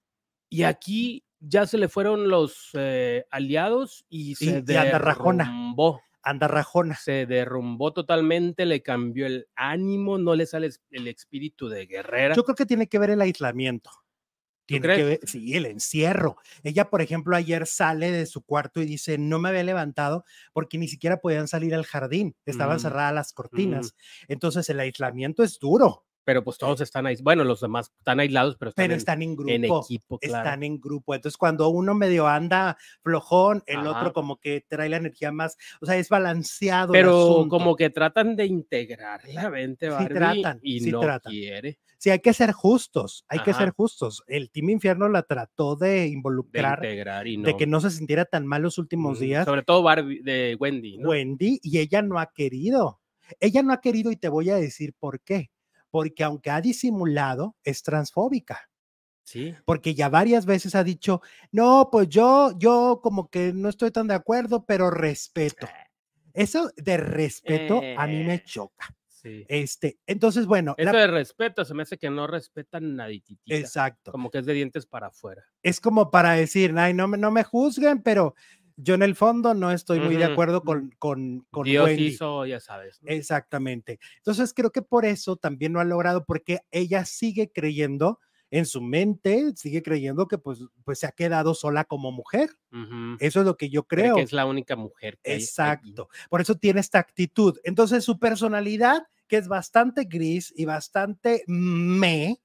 Y aquí ya se le fueron los aliados y se derrumbó. Anda rajona. Se derrumbó totalmente, le cambió el ánimo, no le sale el espíritu de guerrera. Yo creo que tiene que ver el aislamiento. Tiene que ver, sí, el encierro. Ella, por ejemplo, ayer sale de su cuarto y dice, no me había levantado porque ni siquiera podían salir al jardín, estaban cerradas las cortinas. Entonces el aislamiento es duro. Pero pues todos están ahí, bueno, los demás están aislados, pero están en grupo. En equipo, claro. Están en grupo. Entonces, cuando uno medio anda flojón, el otro como que trae la energía más, o sea, es balanceado. Pero como que tratan de integrar la mente, Barbie, no quiere. Sí, hay que ser justos, que ser justos. El Team Infierno la trató de involucrar, de integrar de que no se sintiera tan mal los últimos días. Sobre todo Barbie, de Wendy, ¿no? Wendy, y ella no ha querido. Ella no ha querido y te voy a decir por qué. Porque aunque ha disimulado, es transfóbica. Sí. Porque ya varias veces ha dicho, no, pues yo como que no estoy tan de acuerdo, pero respeto. Eso de respeto a mí me choca. Sí. Entonces, bueno. Eso de respeto se me hace que no respetan nadititita. Exacto. Como que es de dientes para afuera. Es como para decir, ay, no me juzguen, pero yo en el fondo no estoy muy de acuerdo con Dios Wendy. Hizo, ya sabes, ¿no? Exactamente. Entonces creo que por eso también lo ha logrado, porque ella sigue creyendo en su mente, sigue creyendo que pues se ha quedado sola como mujer. Eso es lo que yo creo. Que es la única mujer que Exacto. Por eso tiene esta actitud. Entonces su personalidad, que es bastante gris y bastante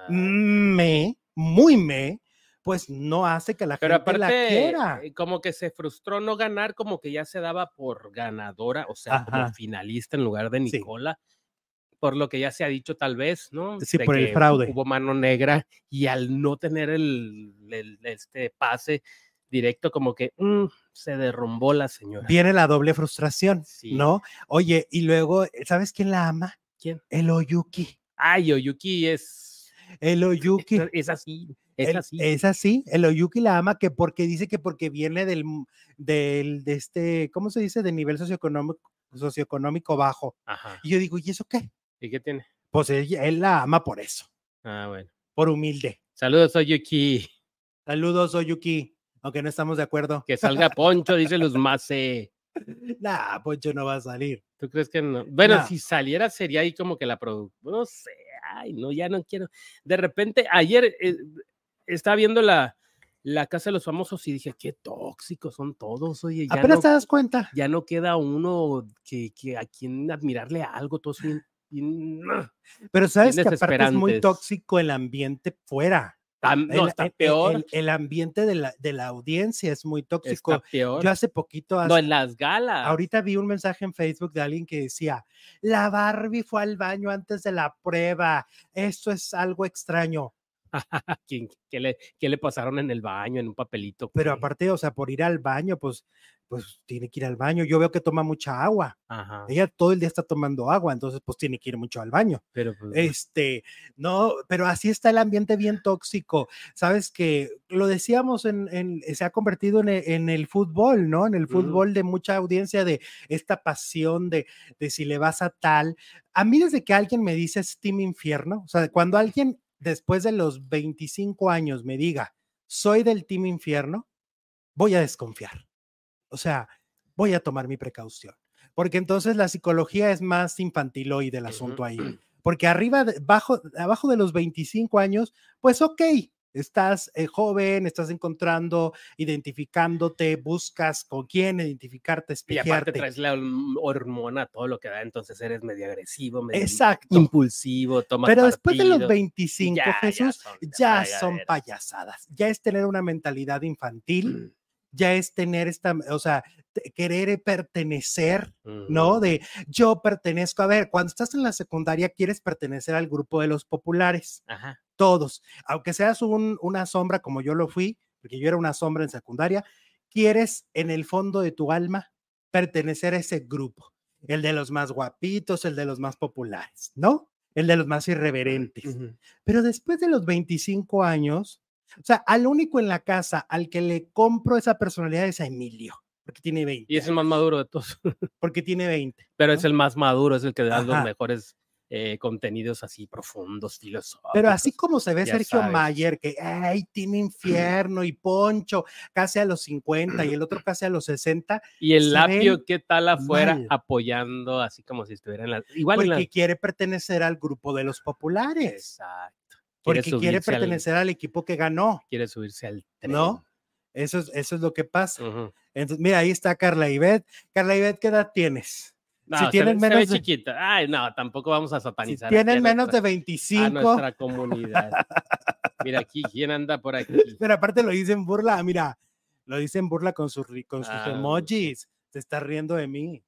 pues no hace que la Pero gente la aparte, quiera. como que se frustró no ganar, como que ya se daba por ganadora, o sea, como Ajá, finalista en lugar de sí, Nicola, por lo que ya se ha dicho tal vez, ¿no? sí, De por el que fraude. hubo mano negra y al no tener este pase directo, como que se derrumbó la señora. Viene la doble frustración, Sí. ¿no? Oye, y luego, ¿sabes quién la ama? ¿Quién? El Oyuki. Ay, Oyuki El Oyuki. es así, es así. Es así, el Oyuki la ama que porque dice que porque viene de este, ¿cómo se dice? De nivel socioeconómico bajo. Ajá. Y yo digo, ¿y eso qué? ¿Y qué tiene? Pues él la ama por eso, Ah, bueno. por humilde. Saludos, Oyuki. Saludos, Oyuki, aunque no estamos de acuerdo. Que salga Poncho, dice Luz Mace. Nah, Poncho no va a salir. ¿Tú crees que no? Bueno, Nah. si saliera sería ahí como que la producción, no sé, ay, no, ya no quiero. De repente, ayer estaba viendo la Casa de los Famosos y dije, qué tóxicos son todos, oye, ya Apenas no, te das cuenta. ya no queda uno que a quien admirarle algo, todos bien, Pero sabes bien que aparte es muy desesperantes. tóxico el ambiente fuera. No, está peor. El ambiente de la audiencia es muy tóxico. Está peor. Yo hace poquito, No, en las galas. ahorita vi un mensaje en Facebook de alguien que decía, la Barbie fue al baño antes de la prueba, esto es algo extraño. ¿Qué le pasaron en el baño, en un papelito? Pero aparte, o sea, por ir al baño, pues tiene que ir al baño. Yo veo que toma mucha agua. Ajá. Ella todo el día está tomando agua, entonces pues tiene que ir mucho al baño. Pero pues, no, pero así está el ambiente bien tóxico. Sabes que lo decíamos se ha convertido en el fútbol, ¿no? En el fútbol de mucha audiencia, de esta pasión de si le vas a tal. A mí desde que alguien me dice es Team Infierno, o sea, cuando alguien después de los 25 años me diga, soy del Team Infierno, voy a desconfiar. O sea, voy a tomar mi precaución. Porque entonces la psicología es más infantiloide el asunto ahí. Porque abajo de los 25 años, pues ok, estás joven, estás encontrando, identificándote, buscas con quién identificarte, espejearte. Y aparte traes la hormona, todo lo que da, entonces eres medio agresivo, medio exacto, impulsivo, tomas pero partido. Después de los 25, Jesús, ya son payasadas. Ya es tener una mentalidad infantil, ya es tener o sea, querer pertenecer, ¿no? De yo pertenezco, a ver, cuando estás en la secundaria quieres pertenecer al grupo de los populares. Ajá. Todos, aunque seas una sombra como yo lo fui, porque yo era una sombra en secundaria, quieres en el fondo de tu alma pertenecer a ese grupo, el de los más guapitos, el de los más populares, ¿no? El de los más irreverentes. Pero después de los 25 años, o sea, al único en la casa al que le compro esa personalidad es a Emilio, porque tiene 20. Y es el más maduro de todos. Porque tiene 20. Pero ¿no? Es el más maduro, es el que da los mejores contenidos así profundos, filosóficos. Pero así como se ve Sergio Mayer, que ay, tiene Infierno y Poncho casi a los 50 y el otro casi a los 60. Y el Lapio, ¿qué tal afuera mal, apoyando así como si estuviera en la... Igual porque quiere pertenecer al grupo de los populares. Exacto. Porque quiere pertenecer al equipo que ganó. Quiere subirse al tren. ¿No? Eso es lo que pasa. Entonces, mira, ahí está Carla Ivette. Carla Ivette, ¿qué edad tienes? No, si tienen menos se ve chiquita. Ay, no, tampoco vamos a satanizar. Si tienen menos de 25. A nuestra comunidad. Mira aquí, ¿quién anda por aquí? Pero aparte lo dicen burla, mira, lo dicen burla con sus emojis. Se está riendo de mí.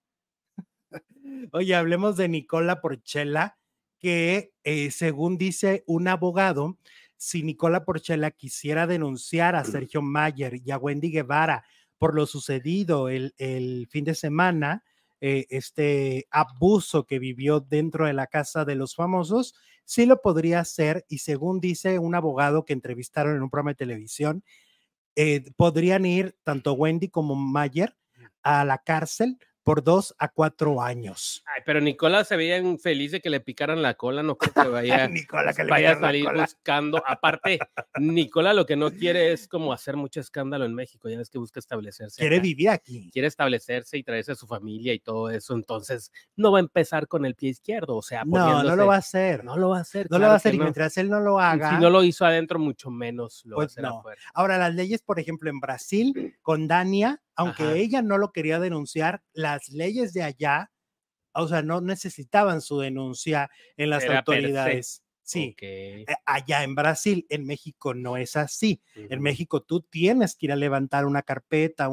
Oye, hablemos de Nicola Porchela, que según dice un abogado, si Nicola Porchela quisiera denunciar a Sergio Mayer y a Wendy Guevara por lo sucedido el fin de semana, este abuso que vivió dentro de la Casa de los Famosos, sí lo podría hacer, y según dice un abogado que entrevistaron en un programa de televisión, podrían ir tanto Wendy como Mayer a la cárcel por 2 a 4 años. Ay, pero Nicola se veía feliz de que le picaran la cola, no creo que vaya, vaya a salir buscando. Aparte, Nicola lo que no quiere es como hacer mucho escándalo en México, ya ves que busca establecerse. Quiere vivir aquí. Quiere establecerse y traerse a su familia y todo eso, entonces no va a empezar con el pie izquierdo, o sea, no lo va a hacer. No lo va a hacer. No lo va a hacer, y mientras él no lo haga. Si no lo hizo adentro, mucho menos lo va a hacer afuera. Ahora, las leyes, por ejemplo, en Brasil, con Dania, aunque ella no lo quería denunciar, las leyes de allá, o sea, no necesitaban su denuncia en las autoridades. Sí, Ok. allá en Brasil, en México no es así. En Ujú. México tú tienes que ir a levantar una carpeta,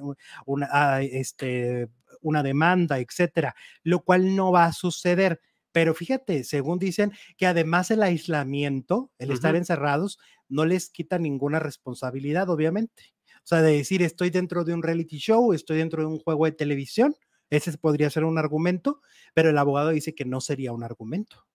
una demanda, etcétera, lo cual no va a suceder. Pero fíjate, según dicen, que además el aislamiento, el estar Ujú. encerrados, no les quita ninguna responsabilidad, obviamente. O sea, de decir, estoy dentro de un reality show, estoy dentro de un juego de televisión, ese podría ser un argumento, pero el abogado dice que no sería un argumento.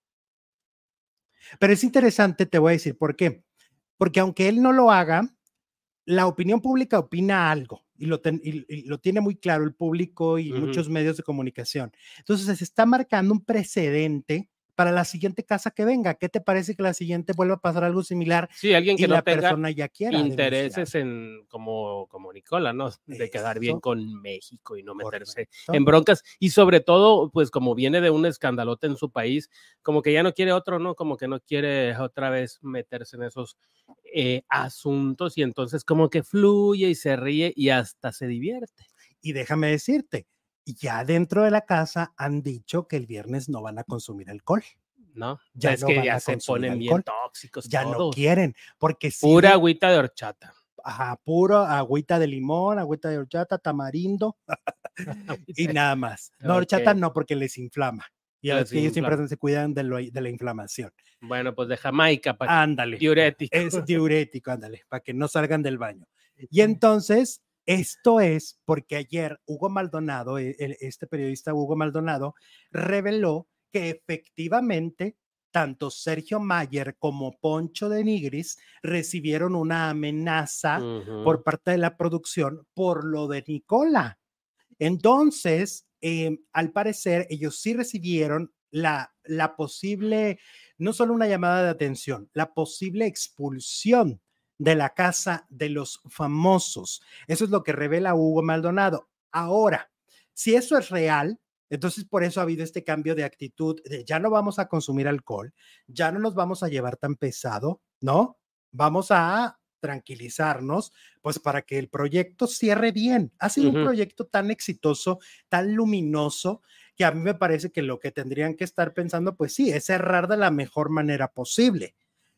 Pero es interesante, te voy a decir por qué. Porque aunque él no lo haga, la opinión pública opina algo y lo tiene muy claro el público y Ujú. muchos medios de comunicación. Entonces se está marcando un precedente para la siguiente casa que venga. ¿Qué te parece que la siguiente vuelva a pasar algo similar Sí, alguien y que no la tenga persona ya quiera denunciar? intereses en como Nicola, ¿no? De quedar bien Eso, con México y no meterse correcto. en broncas. Y sobre todo, pues como viene de un escandalote en su país, como que ya no quiere otro, ¿no? Como que no quiere otra vez meterse en esos asuntos y entonces como que fluye y se ríe y hasta se divierte, Y déjame decirte, ya dentro de la casa han dicho que el viernes no van a consumir alcohol. ¿no? Ya Es no que van ya a se consumir ponen bien alcohol. tóxicos Ya no todos. quieren, porque sí, Pura agüita de horchata. ajá, puro agüita de limón, agüita de horchata, tamarindo y Agüita. nada más. No, horchata Ok, no, porque les inflama. Ya ves las que ellos inflam. siempre se cuidan de la inflamación. Bueno, pues de Jamaica, para que Ándale, diurético. es diurético, ándale, para que no salgan del baño. Y entonces, esto es porque ayer Hugo Maldonado, este periodista Hugo Maldonado, reveló que efectivamente tanto Sergio Mayer como Poncho de Nigris recibieron una amenaza Ujú. por parte de la producción por lo de Nicola. Entonces, al parecer, ellos sí recibieron la posible, no solo una llamada de atención, la posible expulsión de la casa de los famosos. Eso es lo que revela Hugo Maldonado. Ahora, si eso es real, entonces por eso ha habido este cambio de actitud de ya no vamos a consumir alcohol, ya no nos vamos a llevar tan pesado, ¿no? Vamos a tranquilizarnos, pues para que el proyecto cierre bien. Ha sido un Ujú. proyecto tan exitoso, tan luminoso, que a mí me parece que lo que tendrían que estar pensando, pues sí, es cerrar de la mejor manera posible.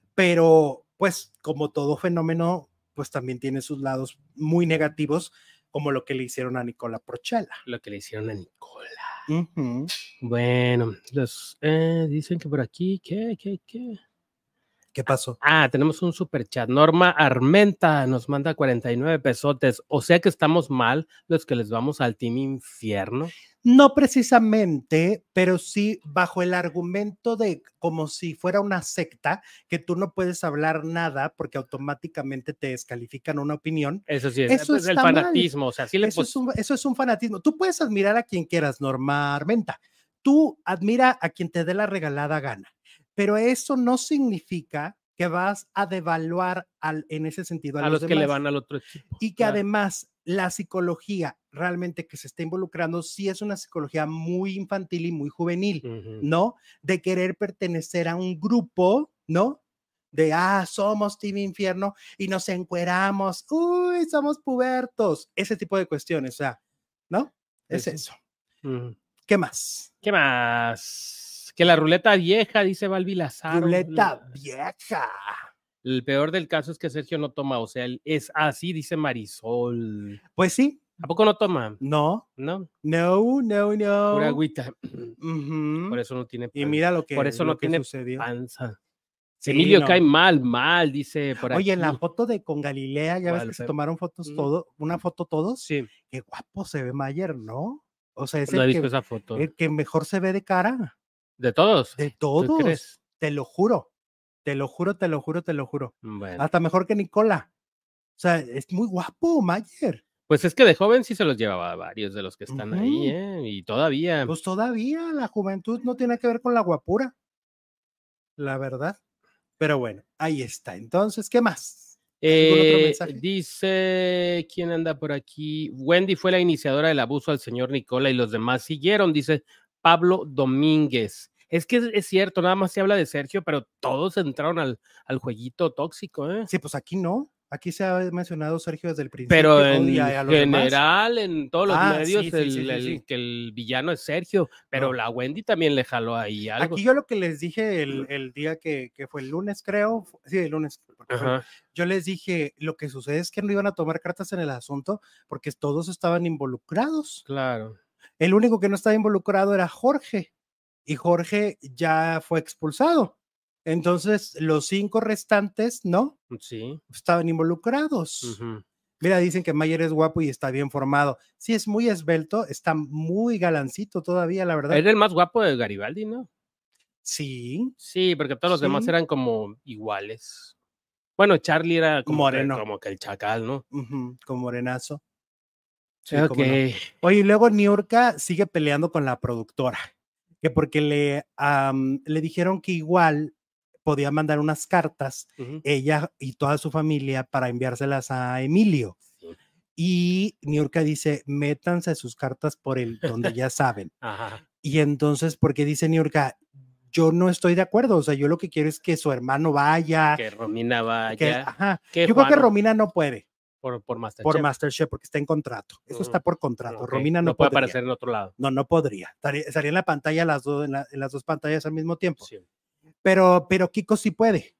Pero, pues, como todo fenómeno, pues también tiene sus lados muy negativos, como lo que le hicieron a Nicola Porchela. Lo que le hicieron a Nicola. Ujú. Bueno, los dicen que por aquí, ¿qué? ¿Qué pasó? Tenemos un super chat. Norma Armenta nos manda 49 pesotes. O sea que estamos mal los que les vamos al Team Infierno. No precisamente, pero sí bajo el argumento de como si fuera una secta, que tú no puedes hablar nada porque automáticamente te descalifican una opinión. Eso sí, Eso pues el está mal. fanatismo, o sea, sí le pues. Eso es un fanatismo. Tú puedes admirar a quien quieras, Norma Armenta. Tú admira a quien te dé la regalada gana, pero eso no significa que vas a devaluar en ese sentido a A los los que le demás van al otro equipo, y que claro. además la psicología realmente que se está involucrando sí es una psicología muy infantil y muy juvenil, Ujú. ¿no? De querer pertenecer a un grupo, ¿no? De, somos Team Infierno y nos encueramos, uy, somos pubertos, ese tipo de cuestiones, o sea, ¿no? Sí, Es sí. eso. Ujú. ¿Qué más? ¿Qué más? Que la ruleta vieja, dice Balbi Lazaro. Ruleta vieja. El peor del caso es que Sergio no toma, o sea, él es así, dice Marisol. Pues sí, ¿A poco no toma? no, No, no, no, pura no. agüita. Por Ujú. eso no tiene Y panza. mira Por eso no lo que tiene sucedió. panza. Sí, Emilio cae no. mal, dice por Oye, en la aquí. foto de con Galilea, ya ves ¿Cuál, que se Fer? tomaron fotos Mm, todo, una foto todos. sí, Qué guapo se ve Mayer, ¿no? O sea, es no he visto esa foto. el que mejor se ve de cara, ¿De todos? de ¿Tú todos. crees? Te lo juro, te lo juro, te lo juro, te lo juro. Bueno, Hasta mejor que Nicola. O sea, es muy guapo Mayer. pues es que de joven sí se los llevaba a varios de los que están ahí, Ujú. Y todavía. Pues todavía la juventud no tiene que ver con la guapura, la verdad. Pero bueno, ahí está. Entonces, ¿qué más? ¿Algún otro mensaje? Dice, ¿quién anda por aquí? Wendy fue la iniciadora del abuso al señor Nicola y los demás siguieron, dice Pablo Domínguez. Es que es cierto, nada más se habla de Sergio, pero todos entraron al jueguito tóxico, ¿eh? Sí, pues aquí no. Aquí se ha mencionado Sergio desde el Pero principio, en odia a los demás. general, en todos los medios, Sí. que el villano es Sergio, pero No. la Wendy también le jaló ahí algo. Aquí yo lo que les dije el día que fue el lunes, creo, sí, el lunes, yo les dije, lo que sucede es que no iban a tomar cartas en el asunto porque todos estaban involucrados. Claro. El único que no estaba involucrado era Jorge, y Jorge ya fue expulsado. Entonces, los 5 restantes, ¿no? Sí. Estaban involucrados. Mira, dicen que Mayer es guapo y está bien formado. Sí, es muy esbelto, está muy galancito todavía, la verdad. Era el más guapo de Garibaldi, ¿no? Sí. Sí, porque todos los demás eran como iguales. Bueno, Charlie era como que el chacal, ¿no? Como morenazo. Sí, Ok. no. Oye, y luego Niurka sigue peleando con la productora, que porque le dijeron que igual podía mandar unas cartas, ella y toda su familia, para enviárselas a Emilio. Sí. Y Niurka dice, métanse sus cartas por donde ya saben. Y entonces, porque dice Niurka, yo no estoy de acuerdo, o sea, yo lo que quiero es que su hermano vaya. Que Romina vaya. Yo creo que Romina no puede. Por Masterchef. Por Masterchef, porque está en contrato. Eso está por contrato. Okay. Romina no puede aparecer en otro lado. No podría. Estaría en la pantalla en las dos pantallas al mismo tiempo. Sí. Pero Kiko sí puede.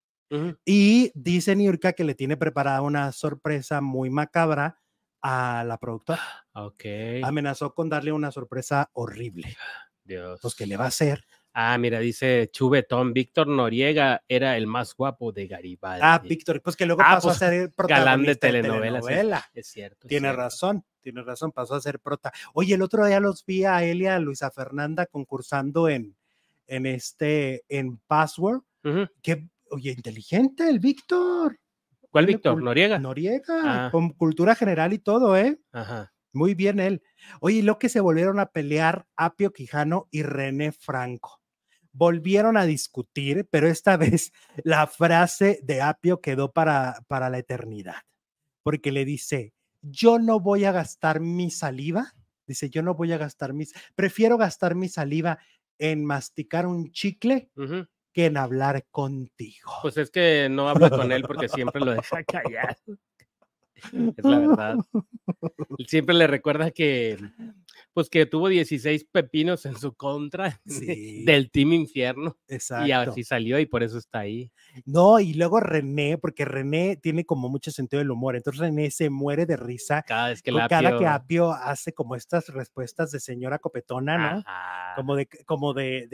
Y dice Niurka que le tiene preparada una sorpresa muy macabra a la productora. Amenazó con darle una sorpresa horrible. Dios. Pues, ¿qué le va a hacer? Mira, dice Chubetón, Víctor Noriega era el más guapo de Garibaldi. Víctor, pues que luego pasó a ser el protagonista galán de telenovela. Sí. Es cierto. Tiene razón, pasó a ser prota. Oye, el otro día los vi a él y a Luisa Fernanda concursando en Password. Oye, inteligente el Víctor. ¿Cuál Víctor? ¿Noriega? Noriega, con cultura general y todo, ¿eh? Muy bien él. Oye, lo que se volvieron a pelear Apio Quijano y René Franco. Volvieron a discutir, pero esta vez la frase de Apio quedó para la eternidad, porque le dice, yo no voy a gastar mi saliva, prefiero gastar mi saliva en masticar un chicle que en hablar contigo. Pues es que no habla con él porque siempre lo deja callado. Es la verdad. Siempre le recuerda que tuvo 16 pepinos en su contra del Team Infierno. Exacto. Y así salió y por eso está ahí. No, y luego René, porque René tiene como mucho sentido del humor, entonces René se muere de risa cada vez que Apio hace como estas respuestas de señora copetona, ¿no? Como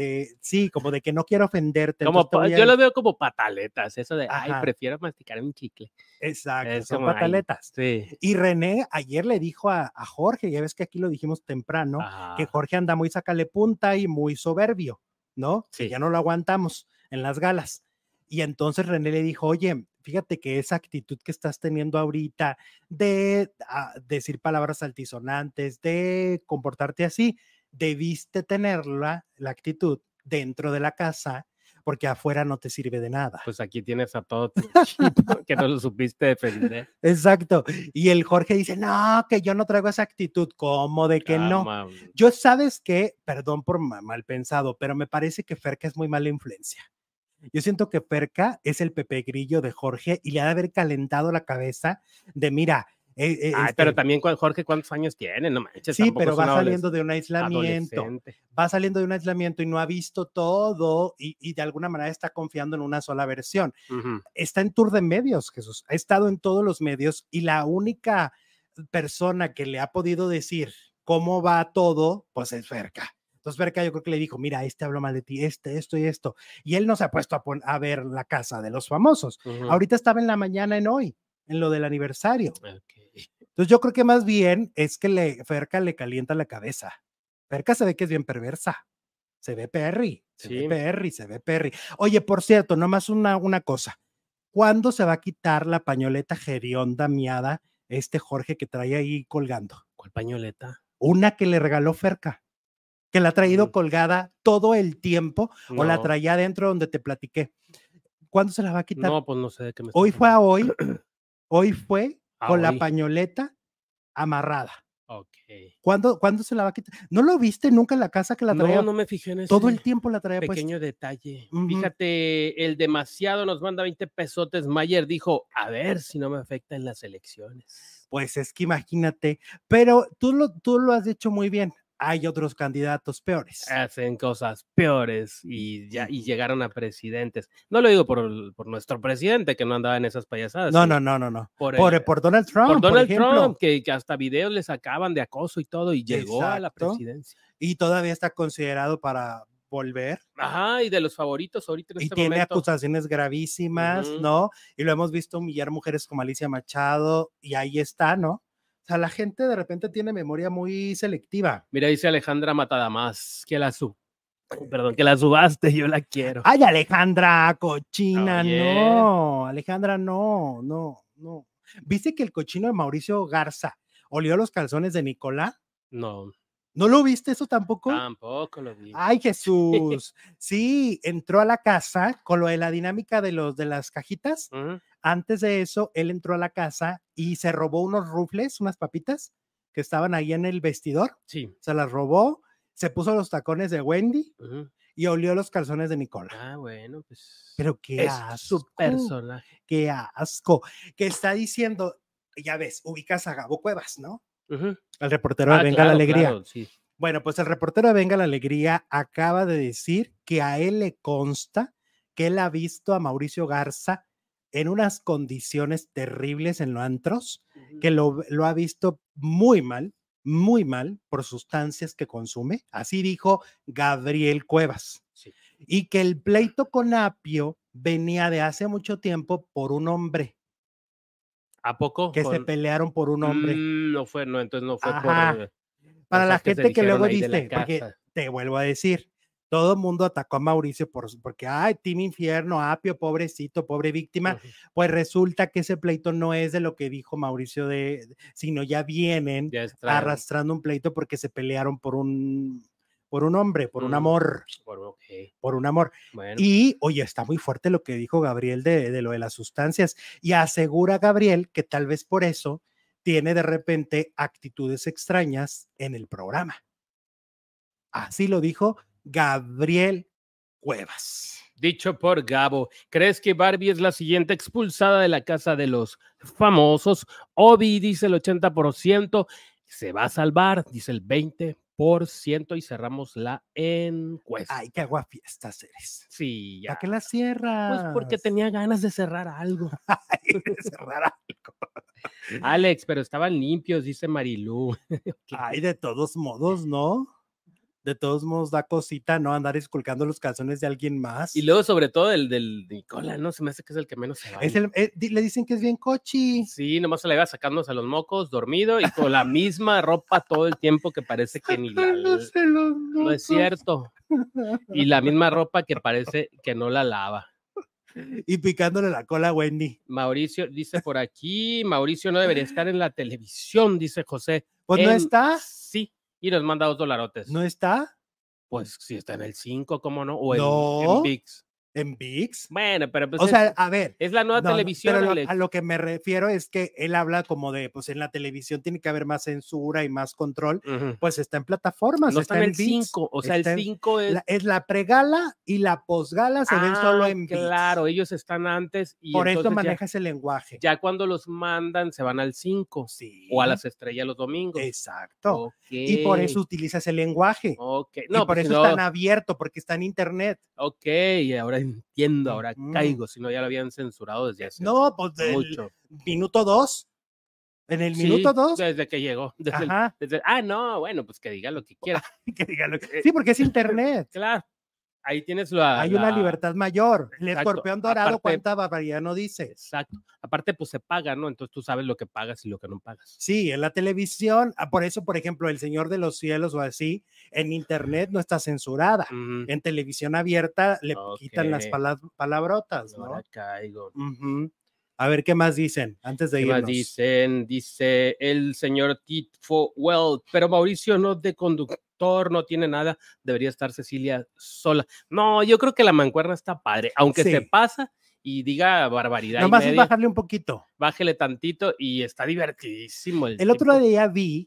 de que no quiero ofenderte. Yo lo veo como pataletas, eso de, prefiero masticar un chicle. Exacto, son pataletas. Sí. Y René ayer le dijo a Jorge, ya ves que aquí lo dijimos temprano, que Jorge anda muy sácale punta y muy soberbio, ¿no? Sí. Que ya no lo aguantamos en las galas. Y entonces René le dijo, oye, fíjate que esa actitud que estás teniendo ahorita de decir palabras altisonantes, de comportarte así, debiste tener la actitud dentro de la casa, porque afuera no te sirve de nada. Pues aquí tienes a todo tu equipo que no lo supiste defender. Exacto. Y el Jorge dice, no, que yo no traigo esa actitud. ¿Cómo de que no? Yo sabes que, perdón por mal pensado, pero me parece que Ferca es muy mala influencia. Yo siento que Ferca es el Pepe Grillo de Jorge y le ha de haber calentado la cabeza de, mira, pero también Jorge, ¿cuántos años tiene? No manches. Sí, pero va saliendo de un aislamiento. Va saliendo de un aislamiento y no ha visto todo y de alguna manera está confiando en una sola versión. Está en tour de medios, Jesús. Ha estado en todos los medios y la única persona que le ha podido decir cómo va todo, pues es Ferca. Entonces Ferca yo creo que le dijo, mira, habló mal de ti, esto y esto. Y él no se ha puesto a ver La Casa de los Famosos. Ahorita estaba en la mañana en Hoy, en lo del aniversario. Entonces yo creo que más bien es que Ferca le calienta la cabeza. Ferca se ve que es bien perversa. Se ve perry. Se ve perry. Oye, por cierto, nomás una cosa. ¿Cuándo se va a quitar la pañoleta hedionda miada Jorge que trae ahí colgando? ¿Cuál pañoleta? Una que le regaló Ferca, que la ha traído colgada todo el tiempo, o la traía adentro donde te platiqué. ¿Cuándo se la va a quitar? No, pues no sé de qué me Hoy fue a Hoy. Hoy fue con la pañoleta amarrada. Ok. ¿Cuándo se la va a quitar? ¿No lo viste nunca en la casa que la traía? No me fijé en ese Todo el tiempo la traía puesta. pequeño detalle. Ujú. Fíjate, el demasiado nos manda 20 pesotes. Mayer dijo, a ver si no me afecta en las elecciones. Pues es que imagínate, pero tú lo has dicho muy bien. Hay otros candidatos peores. Hacen cosas peores y llegaron a presidentes. No lo digo por nuestro presidente que no andaba en esas payasadas. No. Por Donald Trump. Por Donald ejemplo. Trump, que hasta videos le sacaban de acoso y todo, y llegó a la presidencia. Y todavía está considerado para volver. Ajá, y de los favoritos ahorita en y este tiene momento. Acusaciones gravísimas, ¿no? Y lo hemos visto humillar mujeres como Alicia Machado, y ahí está, ¿no? O sea, la gente de repente tiene memoria muy selectiva. Mira, dice Alejandra Matadamás, que la subaste, yo la quiero. Ay, Alejandra, cochina, no, Alejandra, no. ¿Viste que el cochino de Mauricio Garza olió los calzones de Nicolás? No. ¿No lo viste eso tampoco? Tampoco lo vi. Ay, Jesús. Sí, entró a la casa con lo de la dinámica de las cajitas. Antes de eso, él entró a la casa y se robó unos rufles, unas papitas que estaban ahí en el vestidor. Sí. Se las robó, se puso los tacones de Wendy y olió los calzones de Nicola. Ah, bueno, pues. Pero qué asco. Su personaje. Qué asco. Que está diciendo, ya ves, ubicas a Gabo Cuevas, ¿no? El reportero de Venga la Alegría. Claro, sí. Bueno, pues el reportero de Venga la Alegría acaba de decir que a él le consta que él ha visto a Mauricio Garza en unas condiciones terribles en los antros, que lo ha visto muy mal por sustancias que consume. Así dijo Gabriel Cuevas. Sí. Y que el pleito con Apio venía de hace mucho tiempo por un hombre. ¿A poco? Que se pelearon por un hombre. Entonces no fue por... Para la gente que luego dice, porque te vuelvo a decir, todo el mundo atacó a Mauricio porque, ay, Team Infierno, Apio, pobrecito, pobre víctima. Pues resulta que ese pleito no es de lo que dijo Mauricio, sino ya vienen arrastrando un pleito porque se pelearon por un hombre, por un amor. Por un amor. Bueno. Y, oye, está muy fuerte lo que dijo Gabriel de lo de las sustancias. Y asegura Gabriel que tal vez por eso tiene de repente actitudes extrañas en el programa. Así lo dijo Gabriel Cuevas. Dicho por Gabo, ¿crees que Barbie es la siguiente expulsada de la casa de los famosos? Obi dice el 80%, se va a salvar, dice el 20%, y cerramos la encuesta. Ay, qué aguafiestas eres. Sí, ya. ¿Para qué la cierras? Pues porque tenía ganas de cerrar algo. Cerrar algo. Alex, pero estaban limpios, dice Marilú. Ay, de todos modos, ¿no? De todos modos da cosita, ¿no? Andar esculcando los calzones de alguien más. Y luego, sobre todo, el del Nicola, ¿no? Se me hace que es el que menos se va. Le dicen que es bien cochi. Sí, nomás se le iba sacándose a los mocos, dormido, y con la misma ropa todo el tiempo que parece que ni la... No es cierto. Y la misma ropa que parece que no la lava. Y picándole la cola a Wendy. Mauricio dice por aquí, Mauricio no debería estar en la televisión, dice José. Pues no está. Sí, y nos manda $2. ¿No está? Pues sí está en el 5, ¿cómo no? O no. en ViX. ¿En ViX? Bueno, pero pues o sea, a ver. Es la nueva televisión. Pero a lo que me refiero es que él habla como de, pues en la televisión tiene que haber más censura y más control, pues está en plataformas. No está en el 5, o sea, el 5 es la pregala y la posgala se ven solo en ViX. Claro, ellos están antes. Y por eso maneja ese lenguaje. Ya cuando los mandan se van al 5. Sí. O a las estrellas los domingos. Exacto. Okay. Y por eso utiliza ese lenguaje. Okay. No, y por eso están abierto, porque está en internet. Ok, ahora entiendo, ahora caigo, si no ya lo habían censurado desde hace pues mucho. Minuto 2. En el minuto 2. Desde que llegó. No, bueno, pues que diga lo que quiera. Sí, porque es internet. Claro. Ahí tienes hay una libertad mayor. El escorpión dorado, aparte, cuánta barbaridad no dice. Exacto. Aparte, pues se paga, ¿no? Entonces tú sabes lo que pagas y lo que no pagas. Sí, en la televisión, por eso, por ejemplo, El Señor de los Cielos o así, en internet no está censurada. En televisión abierta le quitan las palabrotas, ¿no? Ahora caigo. A ver, ¿qué más dicen antes de irnos? ¿Qué más dicen? Dice el señor Titfo Well, pero Mauricio no de conductor, no tiene nada, debería estar Cecilia sola. No, yo creo que la mancuerna está padre, aunque se pasa y diga barbaridad. Nomás es bajarle un poquito. Bájele tantito y está divertidísimo. El otro día vi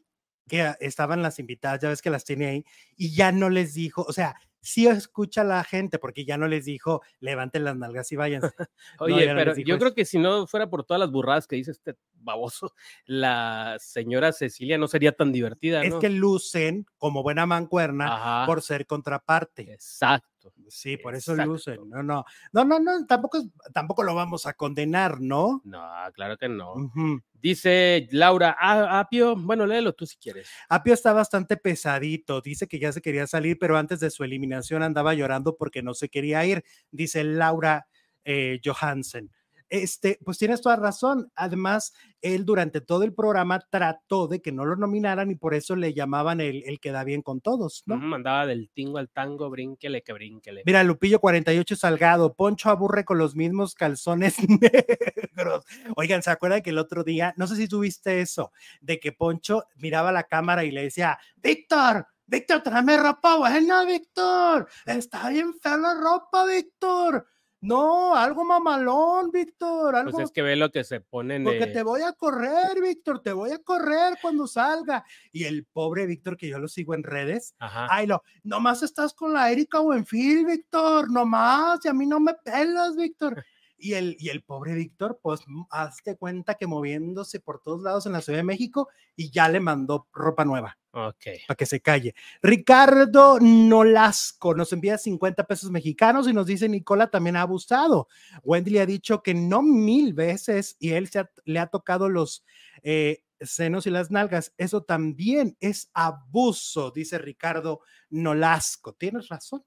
que estaban las invitadas, ya ves que las tiene ahí, y ya no les dijo, o sea, sí escucha a la gente, porque ya no les dijo, levanten las nalgas y váyanse. No, Oye, ya no pero les dijo yo creo eso. que si no fuera por todas las burradas que dice este baboso, la señora Cecilia no sería tan divertida, Es ¿no? que lucen como buena mancuerna Ajá, por ser contraparte. exacto, Sí, por eso exacto. lucen. No, tampoco lo vamos a condenar, ¿no? No, claro que no. Ujú. Dice Laura, Apio, bueno, léelo tú si quieres. Apio está bastante pesadito, dice que ya se quería salir, pero antes de su eliminación andaba llorando porque no se quería ir, dice Laura Johansen. Pues tienes toda razón. Además, él durante todo el programa trató de que no lo nominaran y por eso le llamaban el que da bien con todos, ¿no? Andaba del tingo al tango, brínquele que brínquele. Mira, Lupillo 48 Salgado, Poncho aburre con los mismos calzones negros. Oigan, ¿se acuerdan que el otro día, no sé si tuviste eso, de que Poncho miraba la cámara y le decía, Víctor, tráeme ropa buena, Víctor, está bien fea la ropa, Víctor. No, algo mamalón, Víctor, algo. Pues es que ve lo que se ponen. Porque te voy a correr, Víctor, te voy a correr cuando salga. Y el pobre Víctor, que yo lo sigo en redes, ay, nomás estás con la Erika Buenfil, Víctor, nomás, y a mí no me pelas, Víctor. Y el pobre Víctor, pues, hazte cuenta que moviéndose por todos lados en la Ciudad de México y ya le mandó ropa nueva. Ok. Para que se calle. Ricardo Nolasco nos envía 50 pesos mexicanos y nos dice, Nicola también ha abusado. Wendy le ha dicho que no 1000 veces y él le ha tocado los senos y las nalgas. Eso también es abuso, dice Ricardo Nolasco. Tienes razón.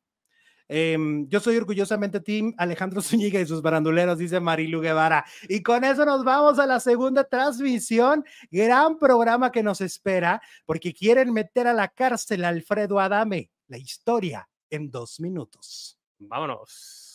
Yo soy orgullosamente team Alejandro Zúñiga y sus baranduleros, dice Marilu Guevara. Y con eso nos vamos a la segunda transmisión. Gran programa que nos espera porque quieren meter a la cárcel a Alfredo Adame. La historia en 2 minutos. Vámonos.